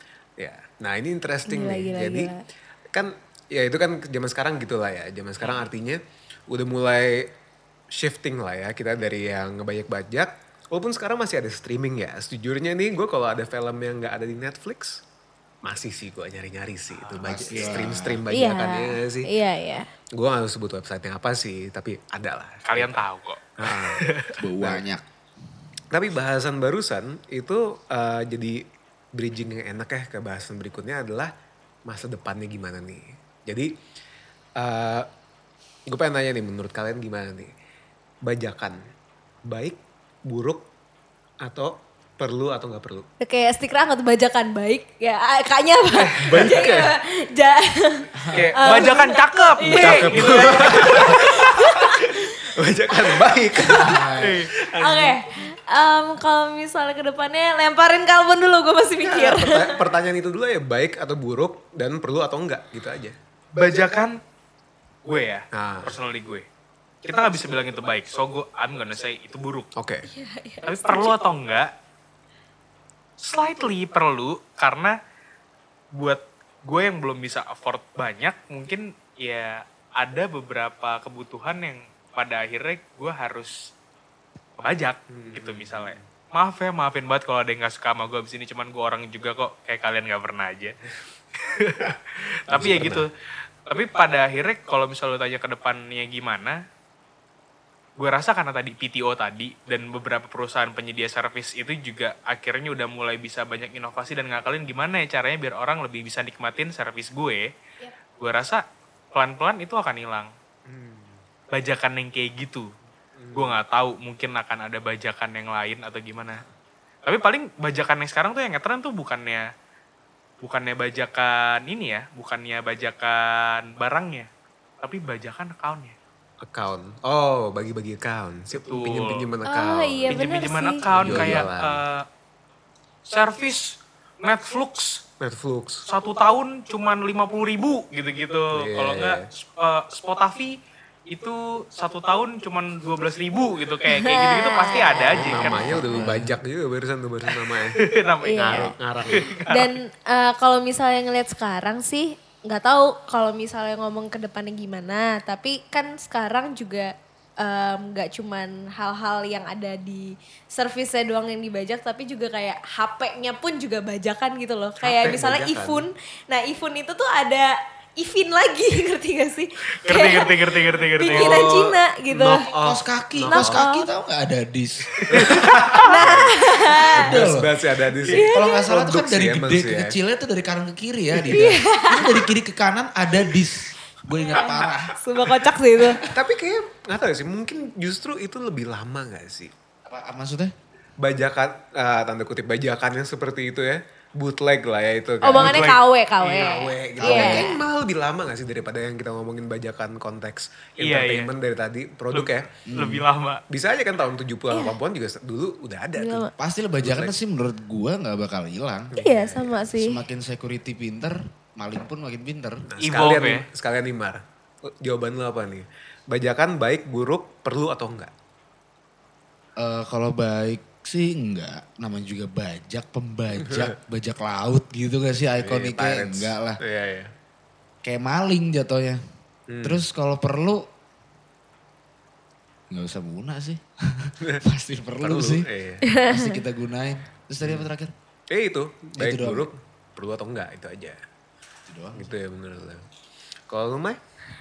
ini interesting Gila, nih. gila, Jadi gila. kan ya itu kan zaman sekarang gitulah ya. Zaman sekarang artinya udah mulai shifting lah ya kita dari yang ngebajak-bajak. Walaupun sekarang masih ada streaming ya. Sejujurnya nih gue kalau ada film yang nggak ada di Netflix masih sih gue nyari-nyari sih itu stream Iya. bajakannya nggak sih. Iya. Gue gak harus sebut websitenya apa sih, tapi ada lah. Kalian tahu kok. Banyak. Tapi bahasan barusan itu jadi bridging yang enak ya ke bahasan berikutnya adalah masa depannya gimana nih. Jadi gue pengen nanya nih menurut kalian gimana nih. Bajakan baik, buruk, atau perlu atau gak perlu? Kayak stiker angkat bajakan baik. Ya kayaknya apa? baik ya? Kayak bajakan cakep. Cakep. Gitu kan. Bajakan baik. Oke. kalau misalnya ke depannya lemparin Kalbon dulu, gue masih mikir. Pertanyaan itu dulu ya, baik atau buruk dan perlu atau enggak gitu aja. Bajakan gue ya, Nah. personally gue. Kita nggak bisa bilang itu baik, so I'm gonna say itu buruk. Oke. Tapi perlu atau enggak? Slightly perlu, karena buat gue yang belum bisa afford banyak, mungkin ya ada beberapa kebutuhan yang pada akhirnya gue harus bajak gitu misalnya. Maafin banget kalau ada yang gak suka sama gue abis ini, cuman gue orang juga kok, kayak kalian gak pernah aja. Tapi ya gitu. Tapi pada akhirnya kalau misalnya lo tanya ke depannya gimana, gue rasa karena tadi PTO tadi dan beberapa perusahaan penyedia servis itu juga akhirnya udah mulai bisa banyak inovasi dan ngakalin gimana ya caranya biar orang lebih bisa nikmatin servis gue. Gue rasa pelan-pelan itu akan hilang. Bajakan yang kayak gitu. Gue gak tahu, mungkin akan ada bajakan yang lain atau gimana. Tapi paling bajakan yang sekarang tuh yang ngetren tuh bukannya bajakan ini ya, bukannya bajakan barangnya, tapi bajakan account-nya. Account. Oh, bagi-bagi account. Betul. Pinjem-pinjeman account. Oh iya bener Pinjem-pinjeman sih. account Jual-jualan. kayak servis Netflix Netflix. 1 tahun cuman 50.000 gitu-gitu. Iya. Kalau enggak Spotify itu 1 tahun cuman 12.000 gitu, kayak gitu-gitu pasti ada aja kan. Namanya udah lu bajak juga barusan namanya. Namanya Iya. Ngarang. Dan kalau misalnya ngeliat sekarang sih, nggak tahu kalau misalnya ngomong ke depannya gimana. Tapi kan sekarang juga nggak cuman hal-hal yang ada di servisnya doang yang dibajak, tapi juga kayak HP-nya pun juga bajakan gitu loh. Kayak misalnya bajakan. iPhone. Nah iPhone itu tuh ada Ivin lagi, ngerti gak sih? ngerti. Bikinan Cina gitu. Kaos kaki tau gak ada dis. Best banget sih ada di sini. Kalau nggak salah tuh kan Produk dari sih emang gede sih ke ya. kecilnya tuh dari kanan ke kiri ya Dida. Ini dari kiri ke kanan ada dis. Gue ingat parah. Sumpah kocak sih itu. Tapi kayak gak tahu sih, mungkin justru itu lebih lama gak sih? Apa maksudnya? Bajakan, tanda kutip bajakannya seperti itu ya. Bootleg lah ya itu kan. Omongannya KW. KW gitu. Iya. Kayaknya malah lebih lama gak sih daripada yang kita ngomongin bajakan konteks Iya, entertainment dari tadi. Produk ya. Lebih lama. Bisa aja kan tahun 70-an 80-an juga dulu udah ada tuh. Pasti lah bajakannya sih menurut gue nggak bakal hilang. Iya sama sih. Semakin security pinter, maling pun makin pinter. Nah, Evolve ya. sekalian Nimar. Jawaban lo apa nih? Bajakan baik, buruk, perlu atau enggak? Kalau baik sih enggak, namanya juga bajak, pembajak, bajak laut gitu gak sih ikoniknya? Pirates. Enggak lah. Iya. Kayak maling jatuhnya. Terus kalau perlu, nggak usah guna sih. Pasti perlu sih. Iya. Pasti kita gunain. Terus tadi apa terakhir? Itu, baik, Itu doang. buruk, perlu atau enggak, itu aja. Itu doang. Gitu ya menurut lo. Kalau lu Mai?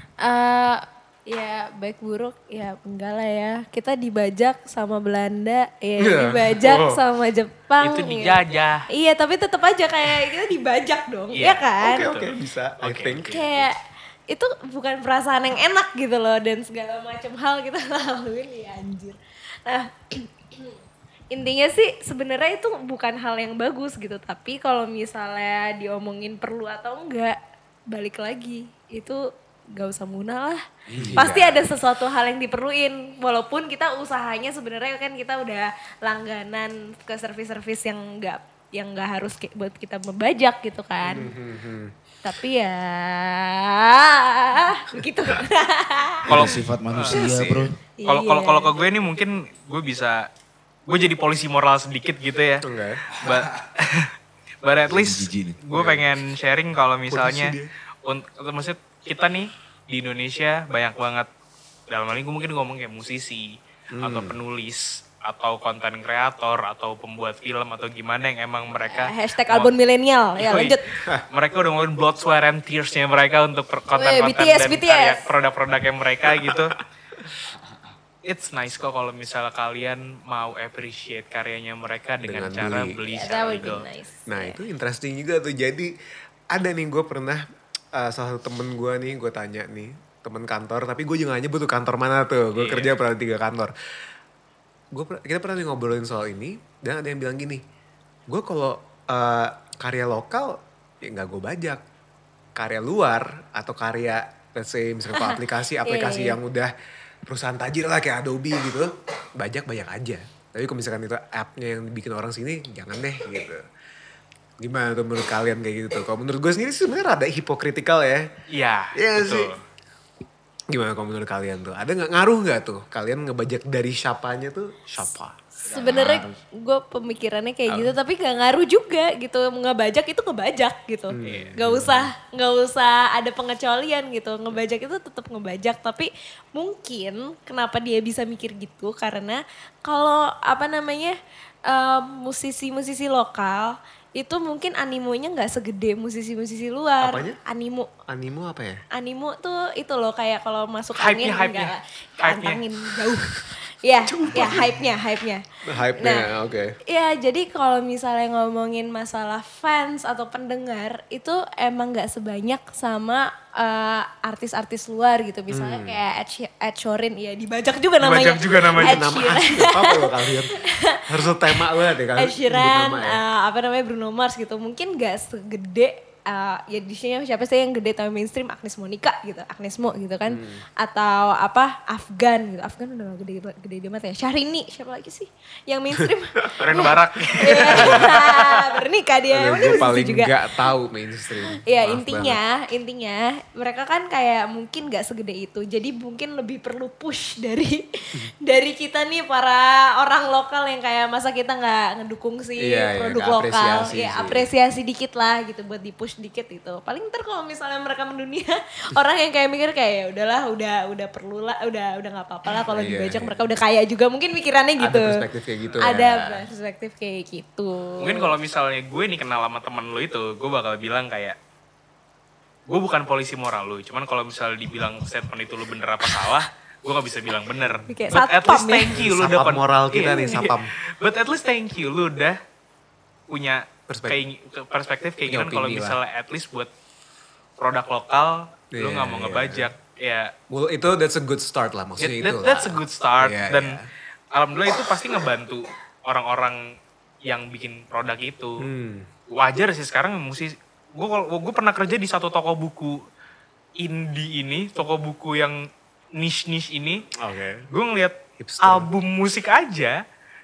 Ya baik buruk ya enggak lah ya. Kita dibajak sama Belanda, ya Iya. dibajak Oh. sama Jepang. Itu ya. dijajah. Iya tapi tetap aja kayak kita dibajak dong, Iya. ya kan? Oke, bisa. I Oke, think. Kayak itu bukan perasaan yang enak gitu loh dan segala macam hal kita laluin ya anjir. Nah, intinya sih sebenarnya itu bukan hal yang bagus gitu, tapi kalau misalnya diomongin perlu atau enggak, balik lagi itu gak usah muna lah. Pasti ada sesuatu hal yang diperluin, walaupun kita usahanya sebenarnya kan kita udah langganan ke servis-servis yang nggak harus buat kita membajak gitu kan. Tapi ya begitu. Kalau sifat manusia bro. Kalau Iya. kalau ke gue nih mungkin gue jadi polisi moral sedikit gitu ya. Enggak ya? But at least Jijik nih. gue pengen sharing kalau misalnya dia. maksud kita nih di Indonesia banyak banget, dalam hal ini gue mungkin ngomong kayak musisi atau penulis atau konten kreator atau pembuat film atau gimana yang emang mereka Hashtag album milenial. Ya Yoi. lanjut. Mereka udah ngomongin blood, sweat, and tears-nya mereka untuk konten-konten BTS, dan BTS. karya produk-produknya mereka gitu. It's nice kok kalau misalnya kalian mau appreciate karyanya mereka dengan Dengan cara beli. beli That secara would be legal. nice. Nah itu interesting juga tuh. Jadi ada nih gue pernah salah satu temen gue nih gue tanya nih. Temen kantor tapi gue juga gak nyebut tuh kantor mana tuh. Gue Iya. kerja pernah di 3 kantor. Kita pernah nih ngobrolin soal ini. Dan ada yang bilang gini. Gue kalau karya lokal ya gak gue bajak. Karya luar atau karya let's say misalnya aplikasi Iya, iya. yang udah perusahaan tajir lah kayak Adobe gitu. Bajak aja. Tapi kalau misalkan itu app-nya yang dibikin orang sini, jangan deh gitu. Gimana tuh menurut kalian kayak gitu tuh? Kalau menurut gue sendiri sih sebenarnya rada hipokritikal ya. Iya, Iya betul. sih. Gimana kalau menurut kalian tuh? Ada nggak ngaruh nggak tuh? Kalian ngebajak dari siapanya tuh siapa? Sebenarnya gue pemikirannya kayak gitu, tapi gak ngaruh juga gitu. Ngebajak itu ngebajak gitu. Gak usah ada pengecualian gitu. Ngebajak itu tetap ngebajak, tapi mungkin kenapa dia bisa mikir gitu karena kalau apa namanya musisi-musisi lokal itu mungkin animonya nggak segede musisi-musisi luar. Apanya? Animo. Animo apa ya? Animo tuh itu loh kayak kalau masuk Hype-nya, angin hype-nya. enggak Hype-nya. antangin jauh. Ya, hype-nya. Hype-nya, oke. Ya jadi kalau misalnya ngomongin masalah fans atau pendengar itu emang gak sebanyak sama artis-artis luar gitu. Misalnya kayak Ed Sheeran, ya dibajak juga namanya. Dibajak juga namanya. Ed Nama Sheeran. asli apa lo kalian? Harus tema banget ya kalian. Ed Sheeran, Nama ya. apa namanya Bruno Mars gitu. Mungkin gak segede ya di sini siapa sih yang gede tapi mainstream, Agnes Monica gitu, Agnes Mo gitu kan, atau apa Afgan gitu, Afgan udah gede banget ya, Syahrini siapa lagi sih yang mainstream? Ren Barak. Iya, bernikah dia, emang dia Gue musisi paling juga. gak tahu mainstream. Ya Maaf intinya mereka kan kayak mungkin gak segede itu, jadi mungkin lebih perlu push dari kita nih para orang lokal yang kayak masa kita nggak ngedukung sih Iya, produk nggak lokal, apresiasi ya sih. apresiasi dikit lah gitu buat di push dikit gitu. Paling ntar kalau misalnya mereka mendunia orang yang kayak mikir kayak ya udahlah udah perlu lah, udah nggak apa-apa lah kalau Iya, dibajak, iya. mereka udah kaya juga mungkin pikirannya Ada gitu. perspektif kayak gitu ya. Ada perspektif kayak gitu. Mungkin kalau misalnya gue nih kenal sama temen lu itu, gue bakal bilang kayak, gue bukan polisi moral lu, cuman kalau misalnya dibilang statement itu lu bener apa salah, gue gak bisa bilang bener. Kayak But at satpam least ya. thank you lu udah Sapam moral kita nih, Iya. sapam. But at least thank you lu udah punya Punya perspektif keinginan kalau opini lah. misalnya at least buat produk lokal lu Iya, nggak mau iya. ngebajak ya. Well, itu that's a good start lah maksudnya itu. That's a good start Iya, dan iya. alhamdulillah itu pasti ngebantu orang-orang yang bikin produk itu. Hmm. Wajar sih sekarang musisi. Gue pernah kerja di satu toko buku indie ini, toko buku yang niche ini. Oke. Gue ngeliat Hipster. album musik aja,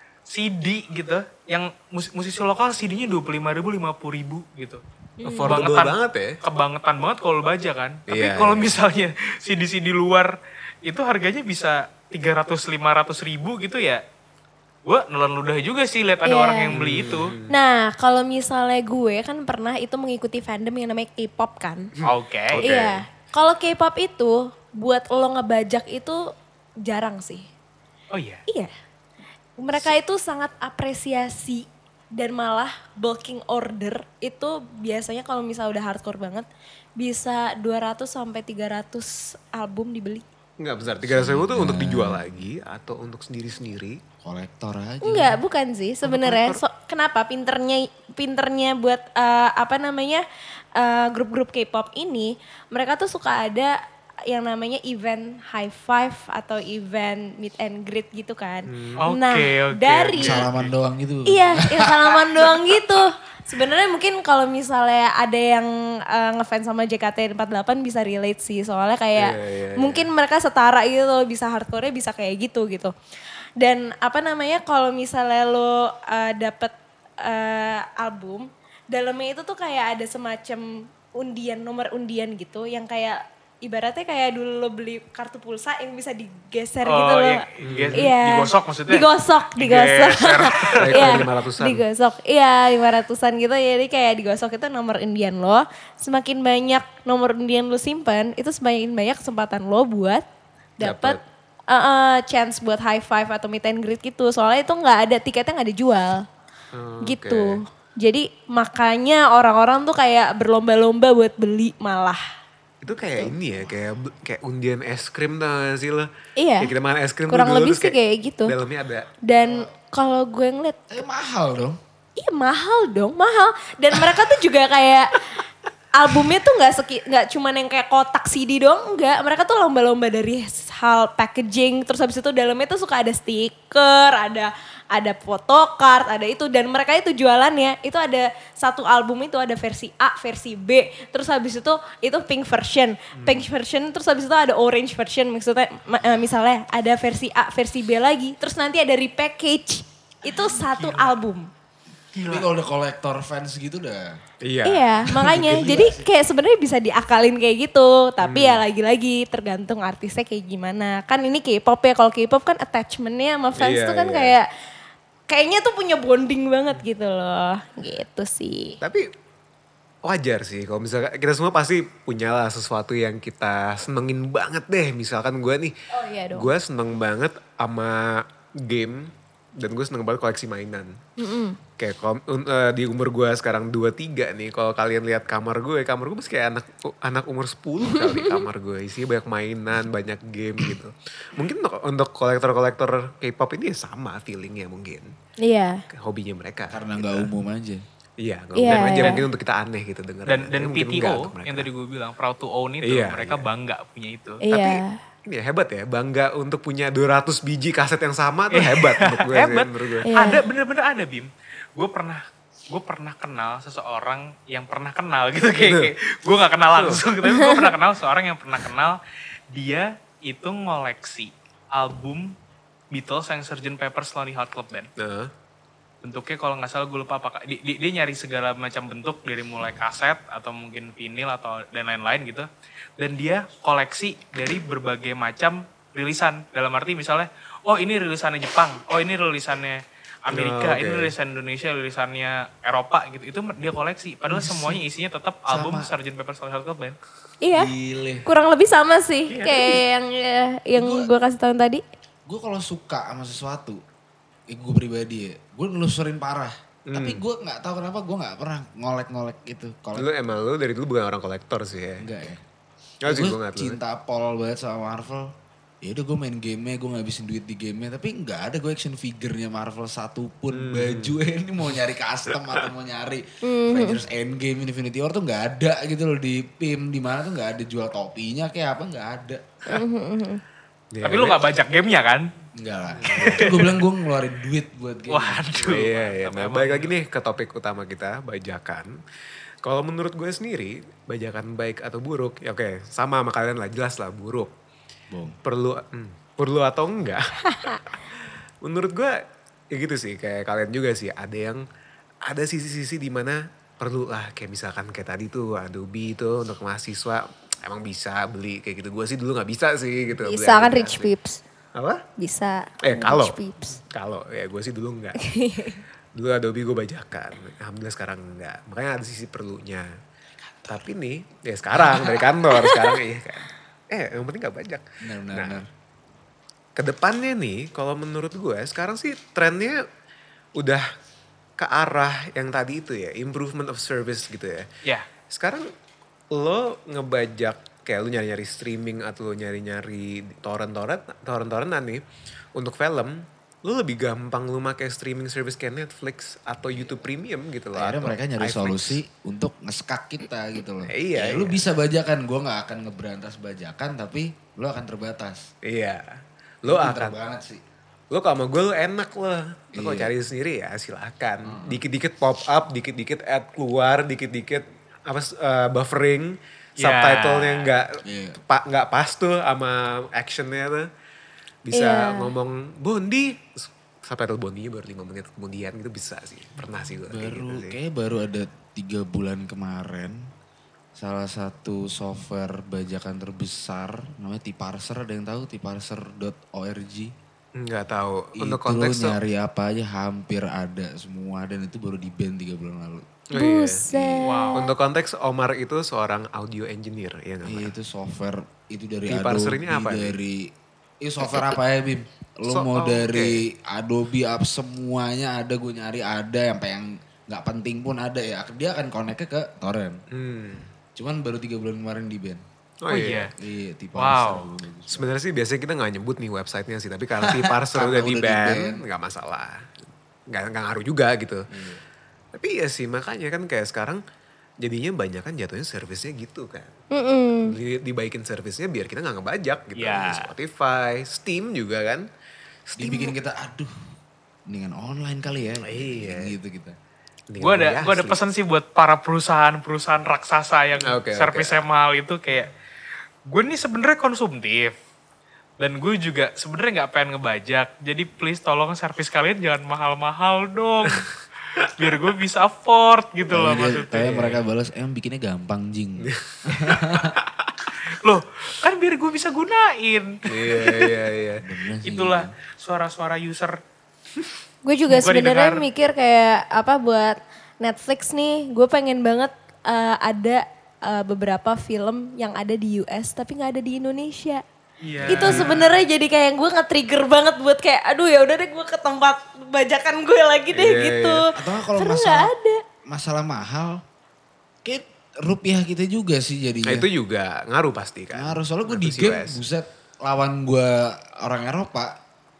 CD gitu, yang musisi lokal CD-nya 25.000, 50.000 gitu. Affordable banget ya. Kebangetan banget kalau lu baca kan. Tapi Iya, kalau iya. misalnya CD-CD luar itu harganya bisa 300-500 ribu gitu ya. Gue nelan ludah juga sih lihat ada Iya. orang yang beli itu. Nah, kalau misalnya gue kan pernah itu mengikuti fandom yang namanya K-pop kan. Oke. Iya. Kalau K-pop itu buat lo ngebajak itu jarang sih. Oh iya. Iya. Mereka itu sangat apresiasi dan malah bulking order itu biasanya kalau misalnya udah hardcore banget bisa 200 sampai 300 album dibeli. Enggak besar, 300.000 tuh untuk dijual lagi atau untuk sendiri-sendiri? Kolektor aja. Enggak, bukan sih sebenarnya. Kenapa pinternya buat apa namanya grup-grup K-pop ini, mereka tuh suka ada yang namanya event high five atau event meet and greet gitu kan. Nah, Oke, dari Salaman doang gitu. iya, ya salaman doang gitu. Sebenarnya mungkin kalau misalnya ada yang ngefans sama JKT48 bisa relate sih, soalnya kayak mungkin mereka setara gitu loh, bisa hardcore-nya bisa kayak gitu. Dan apa namanya kalau misalnya lo dapet album, dalamnya itu tuh kayak ada semacam nomor undian gitu yang kayak ibaratnya kayak dulu lo beli kartu pulsa yang bisa digeser Oh, gitu loh. iya. Digosok maksudnya? Digosok. Digeser. Iya, Kayak 500-an. digosok. Iya, 500-an gitu. Jadi kayak digosok itu nomor undian lo. Semakin banyak nomor undian lo simpan, itu semakin banyak kesempatan lo buat dapat chance buat high five atau meet and greet gitu. Soalnya itu nggak ada tiketnya, nggak dijual. Gitu. Jadi makanya orang-orang tuh kayak berlomba-lomba buat beli malah. Itu kayak ini ya, kayak undian es krim tau gak sih lo? Iya. Kayak kita makan es krim Kurang tuh dulu, lebih terus sih kayak gitu. Dalamnya ada. Dan kalau gue ngeliat, Mahal dong. iya mahal dong, mahal. Dan mereka tuh juga kayak albumnya tuh nggak cuman yang kayak kotak CD doang, enggak. Mereka tuh lomba-lomba dari hal packaging, terus habis itu dalamnya tuh suka ada stiker, ada photocard, ada itu. Dan mereka itu jualannya, itu ada satu album itu ada versi A, versi B, terus habis itu pink version. Pink version, terus habis itu ada orange version, maksudnya misalnya ada versi A, versi B lagi, terus nanti ada repackage Itu satu album. Tapi kalau udah kolektor fans gitu udah. Iya. Iya, makanya. Jadi kayak sebenarnya bisa diakalin kayak gitu. Tapi ya lagi-lagi tergantung artisnya kayak gimana. Kan ini K-pop ya. Kalau K-pop kan attachmentnya sama fans Iya, tuh kan iya. kayaknya tuh punya bonding banget gitu loh. Gitu sih. Tapi wajar sih kalau misalkan kita semua pasti punya lah sesuatu yang kita senengin banget deh. Misalkan gue nih, Oh iya dong. gue seneng banget sama game dan gue seneng banget koleksi mainan. Kayak di umur gue sekarang 23 nih, kalau kalian lihat kamar gue masih kayak anak umur 10 kali kamar gue. Isinya banyak mainan, banyak game gitu. Mungkin untuk kolektor-kolektor K-pop ini ya sama feelingnya mungkin. Iya. Hobinya mereka. Karena gitu. nggak umum aja. Iya, Iya, dan aja iya. mungkin untuk kita aneh gitu dengar. Dan PTO yang tadi gue bilang proud to own itu Iya, mereka iya. bangga punya itu. Iya. Tapi ini ya, hebat ya, bangga untuk punya 200 biji kaset yang sama tuh hebat menurut gue. Hebat. Menurut gue. Iya. Ada bener-bener ada Bim. Gue pernah kenal seseorang yang pernah kenal gitu kayak gue nggak kenal langsung tapi gue pernah kenal seseorang yang pernah kenal. Dia itu ngoleksi album Beatles yang Sgt. Pepper's Lonely Hearts Club Band. Nah, Bentuknya kalau nggak salah gue lupa apa. Dia nyari segala macam bentuk dari mulai kaset atau mungkin vinil atau dan lain-lain gitu. Dan dia koleksi dari berbagai macam rilisan. Dalam arti misalnya, oh ini rilisannya Jepang, oh ini rilisannya Amerika, Oh, oke. ini rilisan Indonesia, rilisannya Eropa gitu. Itu dia koleksi. Padahal semuanya isinya tetap album Sama. Sgt. Pepper's Lonely Hearts Club Band. Iya. Gile. Kurang lebih sama sih kayak yang gue kasih tahu tadi. Gue kalau suka sama sesuatu, gue pribadi ya, gue nelusurin parah. Tapi gue nggak tahu kenapa gue nggak pernah ngolek-ngolek itu. lu dari dulu bukan orang kolektor sih ya. Enggak ya. Nggak sih, gue Gue nggak tahu. cinta Paul banget sama Marvel. Ya udah gue main gamenya, gue ngabisin duit di gamenya. Tapi nggak ada gue action figure-nya Marvel satu pun. Baju ini mau nyari custom atau mau nyari Avengers Endgame, Infinity War tuh nggak ada gitu loh di PIM. Di mana tuh nggak ada jual topinya kayak apa nggak ada. Ya, Tapi lu nggak bajak gamenya kan? Enggak lah. Gue bilang gue ngeluarin duit buat game. Waduh. Iya, iya. Nah, Emang. balik lagi nih ke topik utama kita, bajakan. Kalau menurut gue sendiri, bajakan baik atau buruk, ya oke, sama kalian lah, jelas lah buruk. Bong. Perlu atau enggak? Menurut gue, ya gitu sih, kayak kalian juga sih, ada sisi-sisi di mana perlu lah, kayak misalkan kayak tadi tuh Adobe itu untuk mahasiswa, emang bisa beli kayak gitu. Gue sih dulu gak bisa sih gitu. beli Bisa kan Adobe rich asli. peeps. Apa? Bisa. Kalau Rich peeps. ya gue sih dulu enggak. Dulu Adobe gue bajakan, alhamdulillah sekarang enggak. Makanya ada sisi perlunya. Tapi nih, ya sekarang dari kantor sekarang iya kan. Yang penting gak bajak. Benar. Kedepannya nih, kalau menurut gue sekarang sih trennya udah ke arah yang tadi itu ya, improvement of service gitu ya. Ya. Sekarang lo ngebajak kayak lu nyari-nyari streaming atau lu nyari-nyari torrent-torrentan nih untuk film, lu lebih gampang lu pakai streaming service kayak Netflix atau YouTube Premium gitu loh. Akhirnya atau mereka nyari iFlix. solusi untuk ngeskak kita gitu loh. Iya, Ya, lu iya. bisa bajakan, gue gak akan ngeberantas bajakan tapi lu akan terbatas. Iya. Lo Lu pinter akan, banget sih. lo kalau sama gue lo enak loh. Lo kalau Iya. cari sendiri ya silakan. Dikit-dikit pop up, dikit-dikit ad keluar, dikit-dikit buffering, Ya. subtitlenya Iya. nggak pas tuh sama actionnya tuh. Bisa Iya. ngomong Bondi, subtitle Bondi baru 5 menit kemudian gitu bisa sih. Pernah sih gue kayak gitu sih. Kayaknya baru ada 3 bulan kemarin. Salah satu software bajakan terbesar namanya T-Parser, ada yang tahu T-Parser.org? Nggak tahu. Untuk Itu lo konteks tuh. nyari apa aja hampir ada semua dan itu baru di ban 3 bulan lalu. Oh iya. Buset. Wow. Untuk konteks Omar itu seorang audio engineer ya nggak? Iya Mar? itu software itu dari T-Parser Adobe, ini apa nih? dari software apa ya Bim? Lo mau Oh, dari Adobe apa semuanya ada, gue nyari ada sampai yang nggak penting pun ada ya. Dia akan connect ke torrent. Cuman baru 3 bulan kemarin di ban. Oh, iya. Iya, tipe Wow. Sebenarnya sih biasanya kita nggak nyebut nih websitenya sih, tapi karena T-Parser Karena udah di udah ban, di-ban. nggak masalah, nggak ngaruh juga gitu. Tapi ya sih makanya kan kayak sekarang jadinya banyak kan jatuhnya servisnya gitu kan. Dibaikin servisnya biar kita nggak ngebajak gitu. Ya. Spotify, Steam juga kan. Dibikin kita aduh mendingan online kali ya. Iya. Gitu kita. Gue ada Asli. pesan sih buat para perusahaan raksasa yang Oke, servisnya mahal itu kayak gue nih sebenarnya konsumtif, Dan gue juga sebenarnya nggak pengen ngebajak. Jadi please tolong servis kalian jangan mahal-mahal dong. Biar gue bisa afford gitu loh maksudnya. Tapi mereka balas, bikinnya gampang jing. Loh kan biar gue bisa gunain. Iya. Itulah suara-suara user. Gue juga Bukan sebenarnya didengar. mikir kayak apa buat Netflix nih, gue pengen banget ada beberapa film yang ada di US tapi nggak ada di Indonesia. Iya. Itu sebenarnya jadi kayak gue nge-trigger banget buat kayak aduh ya udah deh gue ke tempat bajakan gue lagi deh Iya, gitu. Atau kalau Karena nggak ada. masalah mahal, kayak rupiah kita juga sih jadinya. Nah itu juga ngaruh pasti kan. Ngaruh, soalnya gue di Netflix game, US. buset, lawan gue orang Eropa,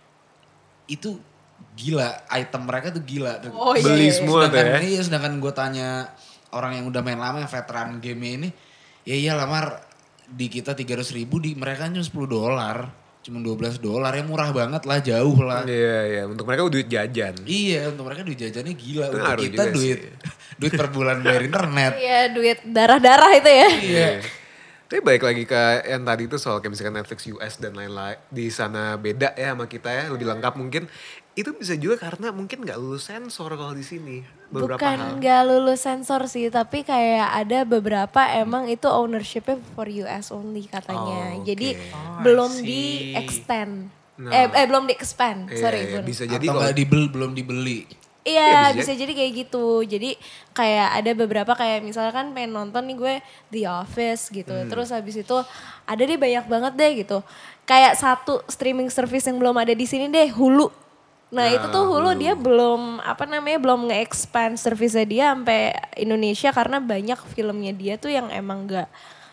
itu gila, item mereka tuh gila. Oh, iya, Beli iya. semua tuh ya. Iya, sedangkan gue tanya orang yang udah main lama, yang veteran game ini, ya iya lamar di kita 300 ribu, di mereka cuma $10. Cuma $12, ya murah banget lah, jauh lah. Iya. Untuk mereka duit jajan. Iya, untuk mereka duit jajannya gila. Itu Untuk ngaruh kita juga duit sih. duit per bulan bayar internet. Iya duit darah-darah itu ya. Iya. Tapi balik lagi ke yang tadi itu soal kayak misalkan Netflix US dan lain-lain. Di sana beda ya sama kita ya, lebih lengkap mungkin. Itu bisa juga karena mungkin gak lulus sensor kalau di sini. Beberapa hal. Bukan nggak lulus sensor sih, tapi kayak ada beberapa emang itu ownershipnya for US only katanya. Oh, oke. Jadi Oh, I belum see. di extend. Nah. Belum di expand, Iya, sorry. iya, Bun. bisa jadi Atau kalau nggak belum dibeli. Iya bisa bisa jadi kayak gitu. Jadi kayak ada beberapa kayak misalkan pengen nonton nih gue The Office gitu. Terus habis itu ada deh banyak banget deh gitu. Kayak satu streaming service yang belum ada di sini deh, Hulu. Nah itu tuh Hulu dia belum belum nge-expand service dia sampai Indonesia karena banyak filmnya dia tuh yang emang gak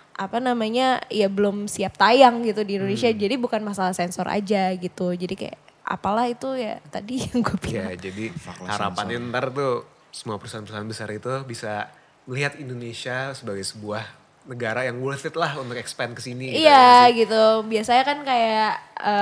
ya belum siap tayang gitu di Indonesia. Jadi bukan masalah sensor aja gitu. Jadi kayak apalah itu ya tadi yang gue bilang. ya jadi Fuck lah harapannya ntar tuh semua perusahaan-perusahaan besar itu bisa melihat Indonesia sebagai sebuah negara yang worth it lah untuk expand ke sini. gitu ya Iya sih. gitu. Biasanya kan kayak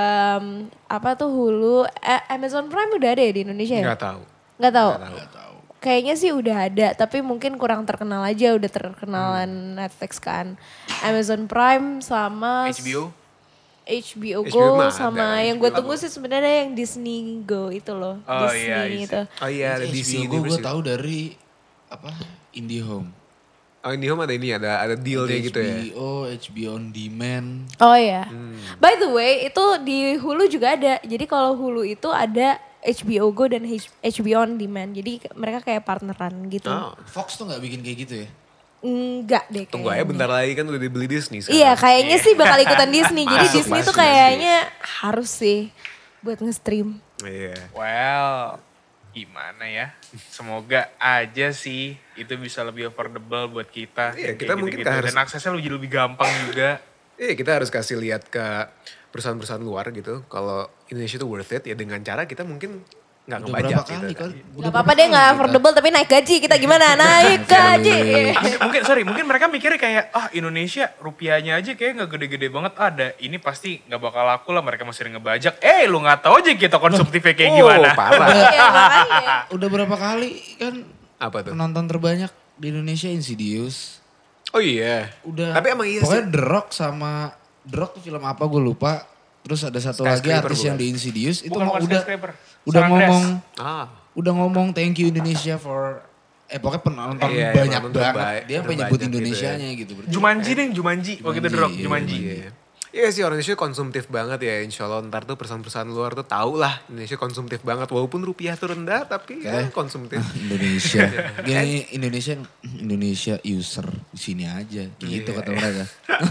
Hulu, Amazon Prime udah ada ya di Indonesia ya? Nggak tahu. Nggak tahu. Nggak tahu. Kayaknya sih udah ada, tapi mungkin kurang terkenal aja. Udah terkenalan Netflix kan. Amazon Prime sama HBO. HBO HBO Go mah sama ada, yang gue tunggu sih sebenarnya yang Disney Go itu loh. Oh, Disney iya, itu. Oh iya ada DC HBO gue Universe. tahu dari IndiHome. Oh IndiHome ada ini ada dealnya gitu ya. HBO On Demand. Oh iya. By the way, itu di Hulu juga ada. Jadi kalau Hulu itu ada HBO Go dan HBO On Demand. Jadi mereka kayak partneran gitu. Oh. Fox tuh nggak bikin kayak gitu ya? Enggak deh kayaknya. Tunggu aja bentar lagi kan udah dibeli Disney sekarang. Iya kayaknya sih bakal ikutan Disney. Jadi Masuk, Disney tuh masuk, kayaknya harus sih buat nge-stream. Iya. Well, gimana ya? Semoga aja sih itu bisa lebih affordable buat kita. Iya, Kayak kita mungkin gitu-gitu. harus- Dan aksesnya lebih gampang juga. Iya kita harus kasih lihat ke perusahaan-perusahaan luar gitu. Kalau Indonesia tuh worth it ya dengan cara kita mungkin nggak Udah ngebajak berapa gitu. kali kan. kan? Gak apa-apa deh gak affordable tapi naik gaji. Kita gimana? Naik gaji. Mungkin mereka mikirnya kayak Indonesia rupiahnya aja kayak nggak gede-gede banget ada. Ini pasti nggak bakal laku lah mereka masih ngebajak. Lu nggak tahu aja kita konsumtifnya kayak gimana. Parah. Iya makanya. Udah berapa kali kan Apa tuh? penonton terbanyak di Indonesia Insidious. Oh iya. Udah. Tapi emang iya Pokoknya sih. The Rock tuh film apa gue lupa. Terus ada satu lagi Skyscraper artis yang bukan? di Insidious itu Bukan udah skyscraper. udah San ngomong Andreas. udah ngomong thank you Indonesia for pokoknya penonton Iya, banyak penonton banget. Dia sampai nyebut terbajak gitu Indonesianya gitu. Jumanji nih, Jumanji. Waktu itu The Rock, Jumanji, Jumanji. Iya. Iya sih orang Indonesia konsumtif banget ya. Insya Allah ntar tuh perusahaan-perusahaan luar tuh tahu lah Indonesia konsumtif banget. Walaupun rupiah tuh rendah tapi ya konsumtif. Indonesia. Gini Indonesia user di sini aja gitu kata mereka.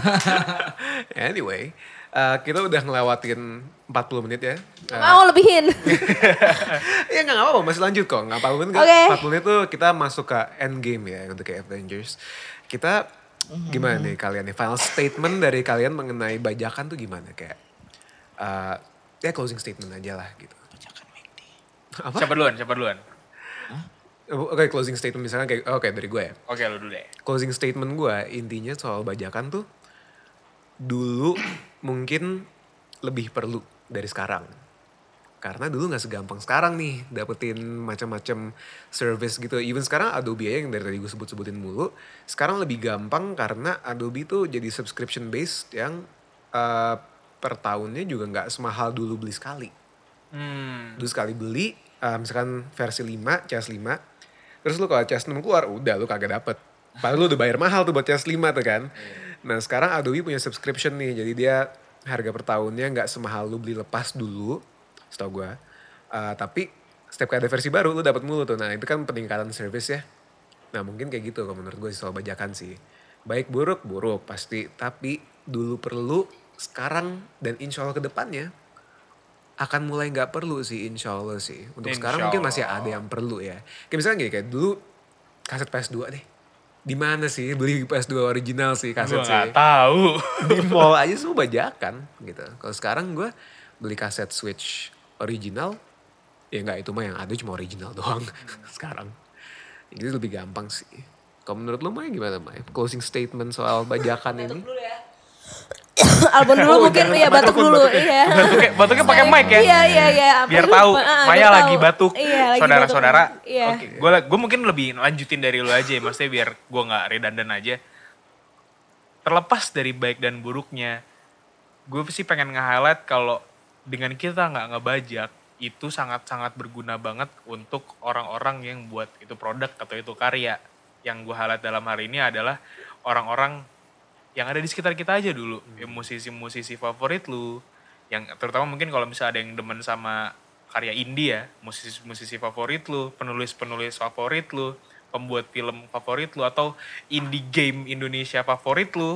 Anyway, kita udah ngelewatin 40 menit ya. Mau lebihin. Ya nggak apa-apa, masih lanjut kok. Nggak apa-apa kan, Oke. 40 menit tuh kita masuk ke endgame ya untuk ke Avengers. Kita gimana nih kalian nih? Final statement dari kalian mengenai bajakan tuh gimana? Kayak ya closing statement aja lah gitu. Apa? Siapa duluan? Oke, closing statement misalnya kayak oke dari gue ya. Oke, lu dulu deh. Closing statement gue intinya soal bajakan tuh dulu mungkin lebih perlu dari sekarang. Karena dulu gak segampang sekarang nih dapetin macam-macam service gitu. Even sekarang Adobe aja yang dari tadi gue sebut-sebutin mulu. Sekarang lebih gampang karena Adobe tuh jadi subscription based yang per tahunnya juga nggak semahal dulu beli sekali. Dulu sekali beli, misalkan versi 5, CS5, terus lu kalau CS6 keluar, udah lu kagak dapet. Padahal lu udah bayar mahal tuh buat CS5 tuh kan. Nah sekarang Adobe punya subscription nih, jadi dia harga per tahunnya nggak semahal lu beli lepas dulu, setahu gue. Tapi setiap kali ada versi baru lu dapat mulu tuh. Nah itu kan peningkatan service ya. Nah mungkin kayak gitu kalau menurut gue soal bajakan sih. Baik buruk pasti. Tapi dulu perlu, sekarang dan insya Allah ke depannya akan mulai nggak perlu sih insya Allah sih. Untuk sekarang mungkin masih ada yang perlu ya. Kayak misalnya gini, kayak dulu kaset PS2 deh. Di mana sih beli PS2 original sih kaset Gue sih? gak tahu. Di mall aja semua bajakan gitu. Kalau sekarang gue beli kaset Switch original, ya nggak, itu mah yang ada cuma original doang sekarang. Jadi lebih gampang sih. Kalau menurut lo Maya gimana Maya? Closing statement soal bajakan ini? Dulu ya. Album dulu mungkin ya batuk dulu. Iya. Batuknya pakai mic ya. Iya. Biar tahu Maya lagi batuk. Iya, lagi Saudara-saudara. batuk. Iya. Oke, gue mungkin lebih lanjutin dari lu aja ya, maksudnya biar gue nggak redundant aja. Terlepas dari baik dan buruknya, gue sih pengen nge-highlight kalau dengan kita nggak ngebajak, itu sangat-sangat berguna banget untuk orang-orang yang buat itu produk atau itu karya. Yang gue highlight dalam hari ini adalah orang-orang yang ada di sekitar kita aja dulu. Ya, musisi-musisi favorit lu, yang terutama mungkin kalau misalnya ada yang demen sama karya indie ya, musisi-musisi favorit lu, penulis-penulis favorit lu, pembuat film favorit lu, atau indie game Indonesia favorit lu,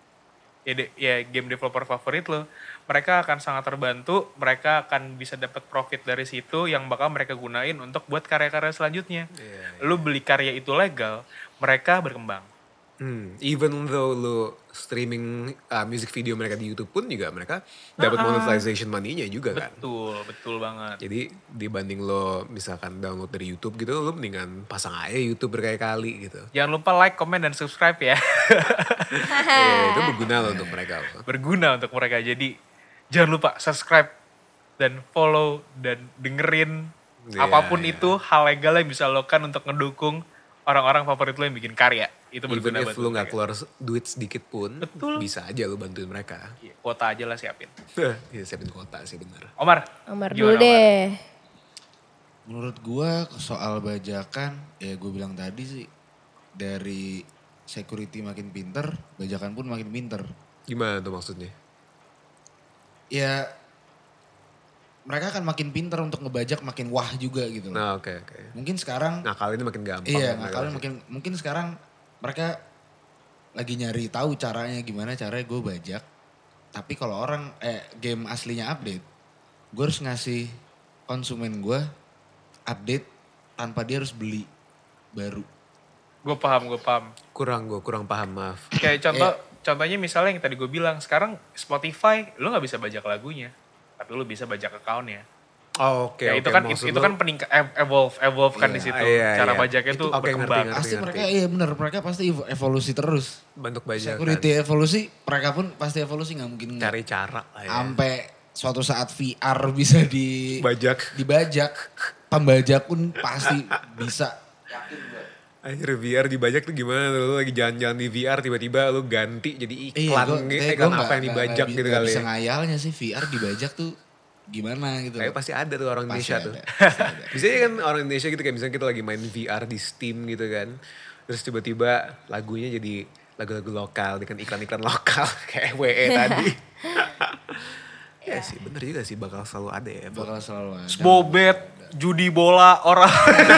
ya game developer favorit lo, mereka akan sangat terbantu, mereka akan bisa dapat profit dari situ yang bakal mereka gunain untuk buat karya-karya selanjutnya. Lu beli karya itu legal, mereka berkembang. Even though lo streaming music video mereka di YouTube pun juga mereka dapat monetization money-nya juga kan. Betul banget. Jadi dibanding lo misalkan download dari YouTube gitu, lo mendingan pasang aja YouTube berkali-kali gitu. Jangan lupa like, comment, dan subscribe ya. Ya, itu berguna lo untuk mereka lo. Berguna untuk mereka. Jadi jangan lupa subscribe dan follow dan dengerin apapun itu hal legal yang bisa lo lakukan untuk ngedukung orang-orang favorit lo yang bikin karya. Itu Even berguna if buat lo mereka. gak keluar duit sedikit pun, bisa aja lo bantuin mereka. Iya, kuota aja lah siapin. Ya siapin kuota sih bener. Omar Nomor gimana, dulu deh. Menurut gua soal bajakan, ya gue bilang tadi sih, dari security makin pinter, bajakan pun makin pinter. Gimana tuh maksudnya? Ya mereka akan makin pinter untuk ngebajak, makin wah juga gitu. Nah oke. Mungkin sekarang, Ngakalinnya makin gampang. iya ya, ngakalin mereka. mungkin sekarang mereka lagi nyari tahu caranya gimana caranya gue bajak. Tapi kalau game aslinya update, gue harus ngasih konsumen gue update tanpa dia harus beli baru. Gue paham. Kurang paham, maaf. Kayak contohnya misalnya yang tadi gue bilang, sekarang Spotify lo nggak bisa bajak lagunya, tapi lo bisa bajak account-nya. Oh, oke. Ya itu kan peningkat evolve kan di situ. Iya, Cara iya. bajaknya Itu tuh oke, berkembang. ngerti. Pasti mereka, iya bener, mereka pasti evolusi terus. Bentuk bajakan. Security evolusi, mereka pun pasti evolusi, nggak mungkin nggak. Cari cara lah ya. Sampai suatu saat VR bisa dibajak, pembajak pun pasti bisa. Akhirnya VR dibajak tuh gimana tuh? Lu lagi jalan-jalan di VR tiba-tiba lu ganti jadi iklan. Iya, Iklan apa yang dibajak gitu kali bisa ya. ngayalnya sih VR dibajak tuh gimana gitu. Kayak pasti ada tuh orang Pasti Indonesia ada, tuh. pasti ada. Biasanya kan orang Indonesia gitu kayak misalnya kita lagi main VR di Steam gitu kan. Terus tiba-tiba lagunya jadi lagu-lagu lokal dengan iklan-iklan lokal kayak WE tadi. Ya sih bener juga sih bakal selalu ada ya. Bakal selalu ada. Bobet, judi bola, orang.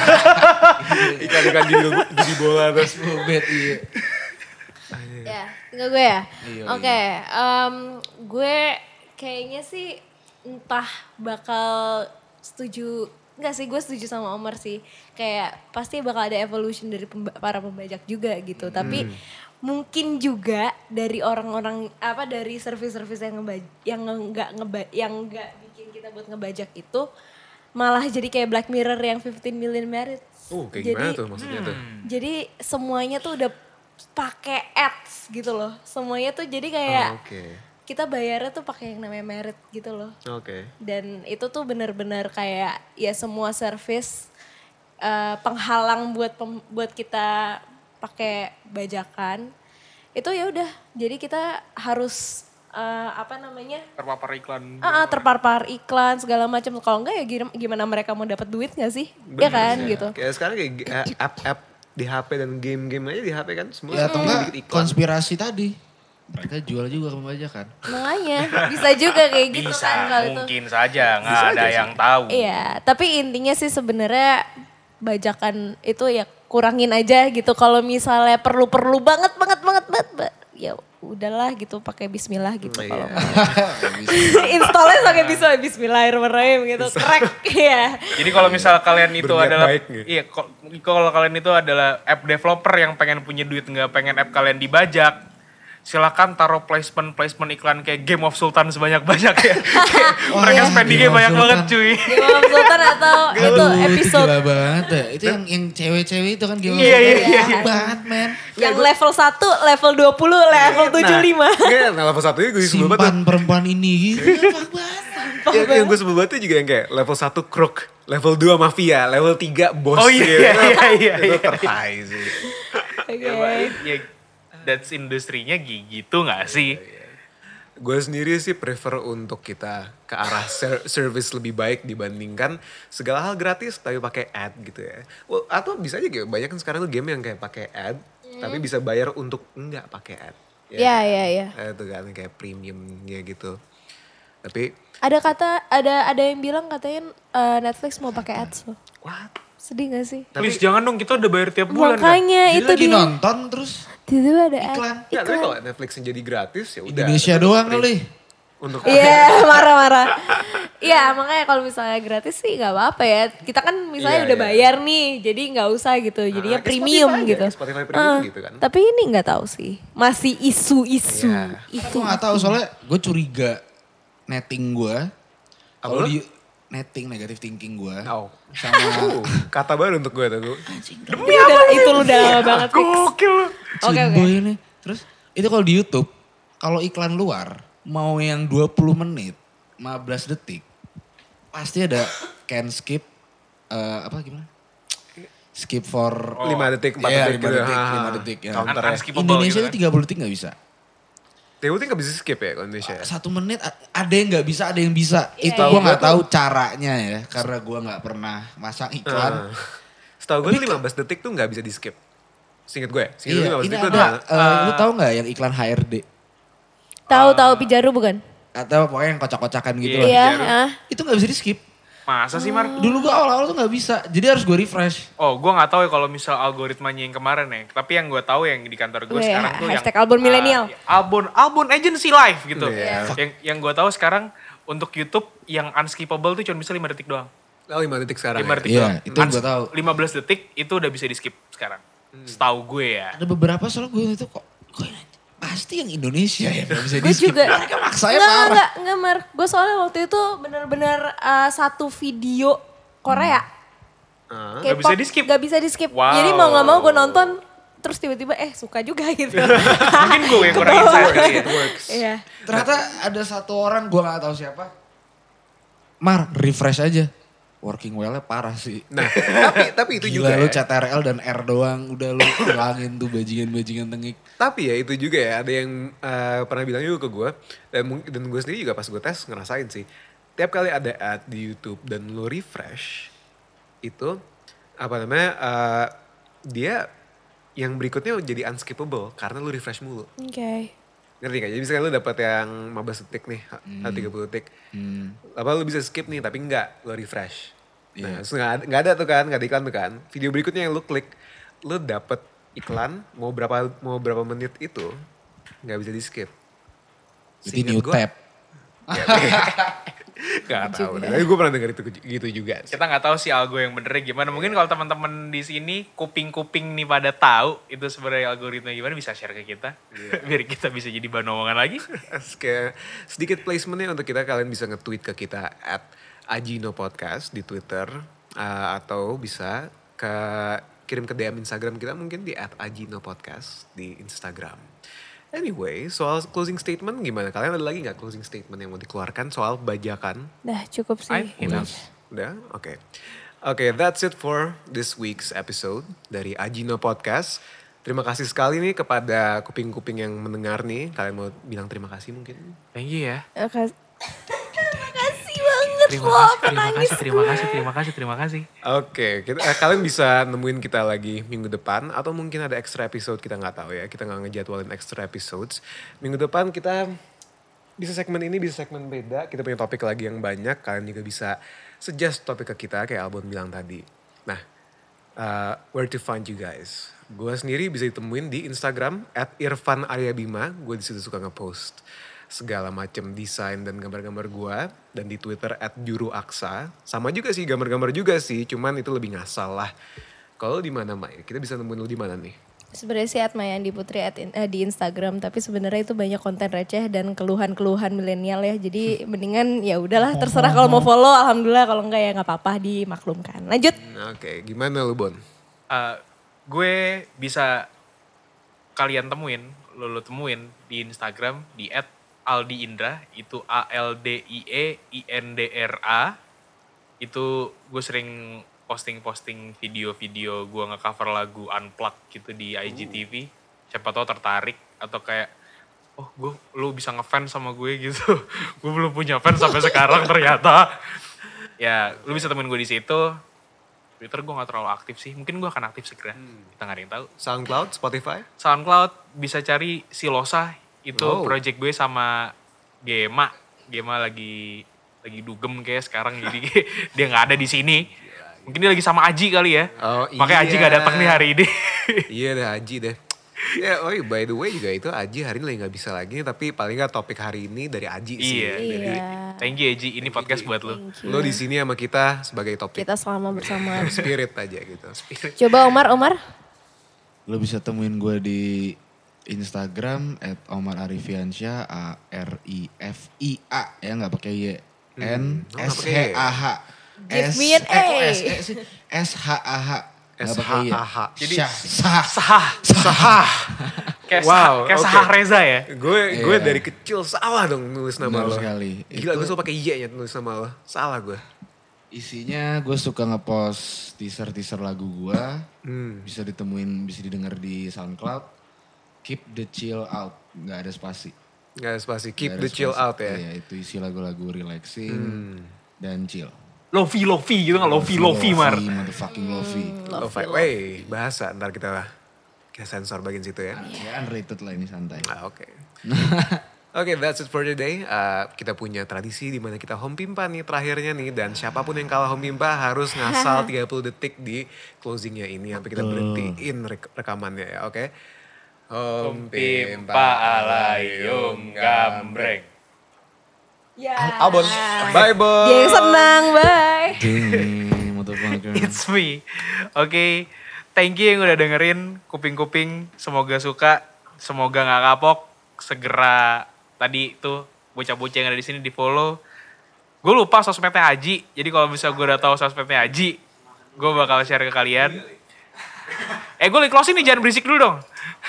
Ikan-ikan judi bola terus. Bobet, iya. Ya, tinggal gue ya? Iya, Oke, gue kayaknya sih entah bakal setuju, enggak sih gue setuju sama Omar sih. Kayak pasti bakal ada evolution dari para pembajak juga gitu. Tapi mungkin juga dari orang-orang dari service-service yang nggak bikin kita buat ngebajak itu malah jadi kayak Black Mirror yang 15 Million Merits. Kayak gimana tuh maksudnya tuh? Jadi semuanya tuh udah pakai ads gitu loh. Semuanya tuh jadi kayak Oke. kita bayarnya tuh pakai yang namanya merit gitu loh. Oke. Dan itu tuh benar-benar kayak ya semua service penghalang buat kita pakai bajakan. Itu ya udah. Jadi kita harus apa namanya? Terpapar iklan. Terpapar iklan segala macam. Kalau enggak ya gimana mereka mau dapat duit nggak sih? Iya kan gitu. Kayak sekarang kayak app-app di HP dan game-game aja di HP kan semua. Ya atau enggak bikin iklan. konspirasi tadi. Mereka jual juga pembajakan. Makanya bisa juga kayak gitu Bisa, kan kalau itu. mungkin saja, nggak ada yang tahu. Iya, tapi intinya sih sebenarnya bajakan itu ya kurangin aja gitu. Kalau misalnya perlu banget, ya udahlah gitu pakai Bismillah gitu kalau installnya pakai Bismillahirrahmanirrahim gitu, crack ya. Jadi kalau misal kalian itu Berniat adalah, baik gitu. iya kalau kalian itu adalah app developer yang pengen punya duit nggak pengen app kalian dibajak, silakan taruh placement iklan kayak Game of Sultan sebanyak-banyak ya. Mereka spendingnya Game of banyak banget Sultan. cuy. Game of Sultan atau itu Aduh, episode itu gila banget ya. Itu yang cewek-cewek itu kan Game of Iya, Sultan. iya. Epic banget men. yang level 1, level 20, level 75. Nah level 1 nya gue sebelum banget. Simpan perempuan ini gitu. Epic banget. Yang gue sebelum banget tuh juga yang kayak level 1 crook, level 2 mafia, level 3 bos. Oh iya, gitu. iya. Itu terhai sih. Ya, that's industrinya gitu nggak sih? Gue sendiri sih prefer untuk kita ke arah service lebih baik dibandingkan segala hal gratis tapi pakai ad gitu ya. Well, atau bisa aja kayak banyak kan sekarang tuh game yang kayak pakai ad tapi bisa bayar untuk enggak pakai ad. Iya. Itu kan kayak premiumnya gitu. Tapi Ada yang bilang katanya Netflix mau pakai ads loh. what? Sedih gak sih? Please jangan dong, kita udah bayar tiap bulan kan. Makanya Jadi itu lagi dia. nonton terus Tiba-tiba ada ad. iklan. Ya, tapi kalau Netflix yang jadi gratis ya udah. Indonesia doang kali. Untuk Iya, marah-marah. Iya, makanya kalau misalnya gratis sih nggak apa-apa ya. Kita kan misalnya Iya, udah iya. bayar nih, jadi nggak usah gitu. Jadinya kayak premium Spotify aja, gitu. kayak Spotify premium gitu kan. Tapi ini nggak tahu sih. Masih isu-isu. Iya. Aku gak tahu soalnya gue curiga netting gue. Kalau Apa? di netting negative thinking gue. Oh. Sama Kata baru untuk gue tuh. Itu lu udah lama banget fix. Gokil lu. Oke. Boy ini. Terus itu kalau di YouTube, kalau iklan luar mau yang 20 menit, 15 detik, pasti ada can skip apa gimana? Skip for 5 detik, 4 Iya, detik 5 gitu. detik, Ha, 5 detik ya. Counter ya. Unskippable Indonesia gitu itu kan. 30 detik gak bisa. TWT gak bisa skip ya kalau Indonesia ya? 1 menit ada yang gak bisa, ada yang bisa. Iya, Itu iya. gue gak tahu caranya ya, karena gue gak pernah masang iklan. Setahu gue tuh 15 detik tuh gak bisa di skip. Seinget gue ya? Seinget Iya, gue 15 ini detik tuh ada, udah- lu tahu gak yang iklan HRD? Tahu Pijaru bukan? Atau pokoknya yang kocak-kocakan gitu lah. Iya. Itu gak bisa di skip. Masa sih Mar? Dulu gue awal-awal tuh gak bisa, jadi harus gue refresh. Oh, gue nggak tahu ya kalau misal algoritmanya yang kemarin ya. Tapi yang gue tahu yang di kantor gue Oh, iya, sekarang tuh yang hashtag Albon Millennial. Albon Agency Live gitu. Iya. Yang gue tahu sekarang untuk YouTube yang unskippable tuh cuma bisa 5 detik doang. Oh 5 detik sekarang 5 ya? detik Iya, doang. itu yang gue tahu. 15 detik itu udah bisa di skip sekarang. Setahu gue ya. Ada beberapa soal gue itu kok ini pasti yang Indonesia ya gak bisa di Gue skip. juga. Mereka maksa ya parah. Enggak Mar. Gue soalnya waktu itu bener-bener satu video Korea. Nggak bisa di-skip? Gak bisa di skip. Wow. Jadi mau gak mau gue nonton terus tiba-tiba suka juga gitu. Mungkin gue yang kurang insight kali ya. Iya. Ternyata ada satu orang gue gak tahu siapa. Mar, refresh aja. Working well-nya parah sih. Nah tapi itu Gila juga lu ya. CTRL dan R doang udah lu hilangin tuh bajingan-bajingan tengik. Tapi ya itu juga ya ada yang pernah bilang juga ke gue. Dan gue sendiri juga pas gue tes ngerasain sih. Tiap kali ada ad di YouTube dan lu refresh. Itu apa namanya dia yang berikutnya jadi unskippable karena lu refresh mulu. Oke. Ngerti gak? Jadi misalnya lu dapet yang 15 detik nih, 30 detik. Apa lu bisa skip nih tapi enggak, lu refresh. Nah, terus nggak ada tuh kan, nggak ada iklan tuh kan. Video berikutnya yang lu klik, lu dapet iklan mau berapa menit itu nggak bisa di skip. Berarti new tab. Gak tahu deh. Tapi gue pernah denger itu gitu juga. Kita nggak tahu sih algo yang benernya gimana. Mungkin kalau teman-teman di sini kuping-kuping nih pada tahu itu sebenarnya algoritma gimana, bisa share ke kita. Biar kita bisa jadi bahan omongan lagi. Kayak sedikit placementnya untuk kita, kalian bisa nge-tweet ke kita @Ajino Podcast di Twitter atau bisa kirim ke DM Instagram kita mungkin di @Ajino Podcast di Instagram. Anyway, soal closing statement gimana? Kalian ada lagi nggak closing statement yang mau dikeluarkan soal bajakan? Dah cukup sih. Udah? Oke. Oke, that's it for this week's episode dari Ajino Podcast. Terima kasih sekali nih kepada kuping-kuping yang mendengar nih. Kalian mau bilang terima kasih mungkin? Thank you ya. Terima kasih banget loh, penangis. Terima kasih. Oke, kalian bisa nemuin kita lagi minggu depan atau mungkin ada extra episode, kita nggak tahu ya. Kita nggak ngejadwalin extra episodes. Minggu depan kita bisa segmen ini, bisa segmen beda. Kita punya topik lagi yang banyak. Kalian juga bisa suggest topik ke kita kayak Albon bilang tadi. Nah, where to find you guys? Gue sendiri bisa ditemuin di Instagram @irfanaryabima. Gue di situ suka ngepost segala macam desain dan gambar-gambar gue, dan di Twitter @juruaksa. Sama juga sih, gambar-gambar juga sih, cuman itu lebih ngasal lah. Kalau di mana Mai? Kita bisa nemuin lu di mana nih? Sebenarnya sih @mayandi putri di Instagram, tapi sebenarnya itu banyak konten receh dan keluhan-keluhan milenial ya. Jadi mendingan ya udahlah, terserah kalau mau follow, alhamdulillah, kalau enggak ya nggak apa-apa, dimaklumkan. Lanjut. Oke, gimana lu Bon? Gue bisa kalian temuin, lo temuin di Instagram di @aldiindra, itu ALDIEINDRA. Itu gue sering posting video-video gue nge-cover lagu Unplugged gitu di IGTV. Siapa tahu tertarik atau kayak, oh lu bisa ngefans sama gue gitu. Gue belum punya fans sampai sekarang ternyata. Ya lu bisa temuin gue di situ. Twitter gue gak terlalu aktif sih. Mungkin gue akan aktif segera. Kita gak ada yang tahu. SoundCloud, Spotify? SoundCloud bisa cari Silosa. Itu Oh. project gue sama Gema. Gema lagi dugem kayak sekarang. Jadi dia gak ada di sini. Mungkin dia lagi sama Aji kali ya. Oh, Makanya Aji iya. gak datang nih hari ini. Iya deh Aji deh. Ya, by the way juga itu Aji hari ini lagi gak bisa lagi. Tapi paling gak topik hari ini dari Aji sih. Iya. Iya. Thank you Aji. Ini podcast buat lo. Thank you. Lo di sini sama kita sebagai topik. Kita selama bersama. Spirit aja gitu. Coba Omar. Lo bisa temuin gue di Instagram @omararifiansyah ARIFIA ya, nggak pakai Y. NSHAH. Give me an A. SHAH. Nggak pakai Y. SHAH. Jadi Sah. Sahah. Kayak Wow, kayak oke. Sahah Reza ya. Gue Iya. dari kecil salah dong nulis nama Benar lo. sekali. Gila, gue Itu- selalu pakai Y ya nulis nama lo. Salah gue. Isinya gue suka ngepost teaser lagu gue. Bisa ditemuin, bisa didengar di SoundCloud. Keep the chill out, nggak ada spasi. Gak ada spasi. Keep Nggak ada the chill spasi. out ya. Iya, itu isi lagu-lagu relaxing dan chill. Lofi gitu nggak? Lofi Mar. Motherfucking lofi. Lo-fi. Wey, bahasa. Ntar kita sensor bagian situ ya. Ya unrated lah ini, santai. Oke. Oke, that's it for today. Kita punya tradisi di mana kita home pimpa nih terakhirnya nih. Dan siapapun yang kalah home pimpa harus ngasal 30 detik di closingnya ini. Sampai kita berhentiin rekamannya ya, oke? Home Pimpa alayum gambreng. Ya. Albon. Bye, Bon. Dia yang senang, bye. Motherfucker. It's me. Oke, thank you yang udah dengerin kuping-kuping. Semoga suka, semoga nggak kapok. Segera tadi tuh bocah-bocah yang ada di sini di follow. Gue lupa sosmednya Aji. Jadi kalau bisa gue udah tahu sosmednya Aji, gue bakal share ke kalian. Gue lagi closing nih, jangan berisik dulu dong.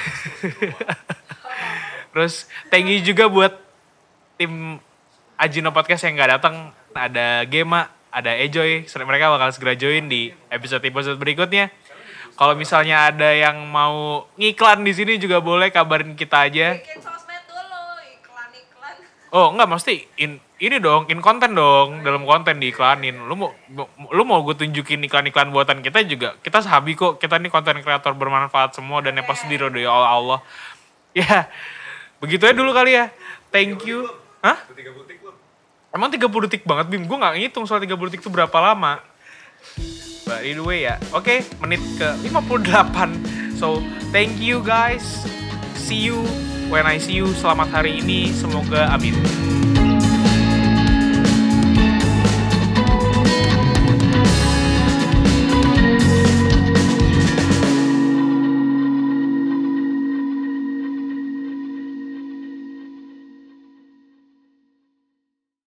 Terus thank you juga buat tim Ajino Podcast yang gak datang. Ada Gema, ada Ejoy. Mereka bakal segera join di episode-episode berikutnya. Kalau misalnya ada yang mau ngiklan di sini juga boleh kabarin kita aja. Bikin sosmed dulu, iklan-iklan. Oh enggak, mesti ini dong, in konten dong, dalam konten diiklanin. Lu mau gue tunjukin iklan-iklan buatan kita juga, kita sahabi kok, kita nih konten kreator bermanfaat semua dan yang pasti diridhoi Allah. Ya, begitu ya dulu kali ya. Thank you. Hah? Emang 30 detik banget Bim, gue gak ngitung soal 30 detik itu berapa lama. But anyway ya, oke, menit ke 58. So, thank you guys. See you when I see you. Selamat hari ini, semoga amin.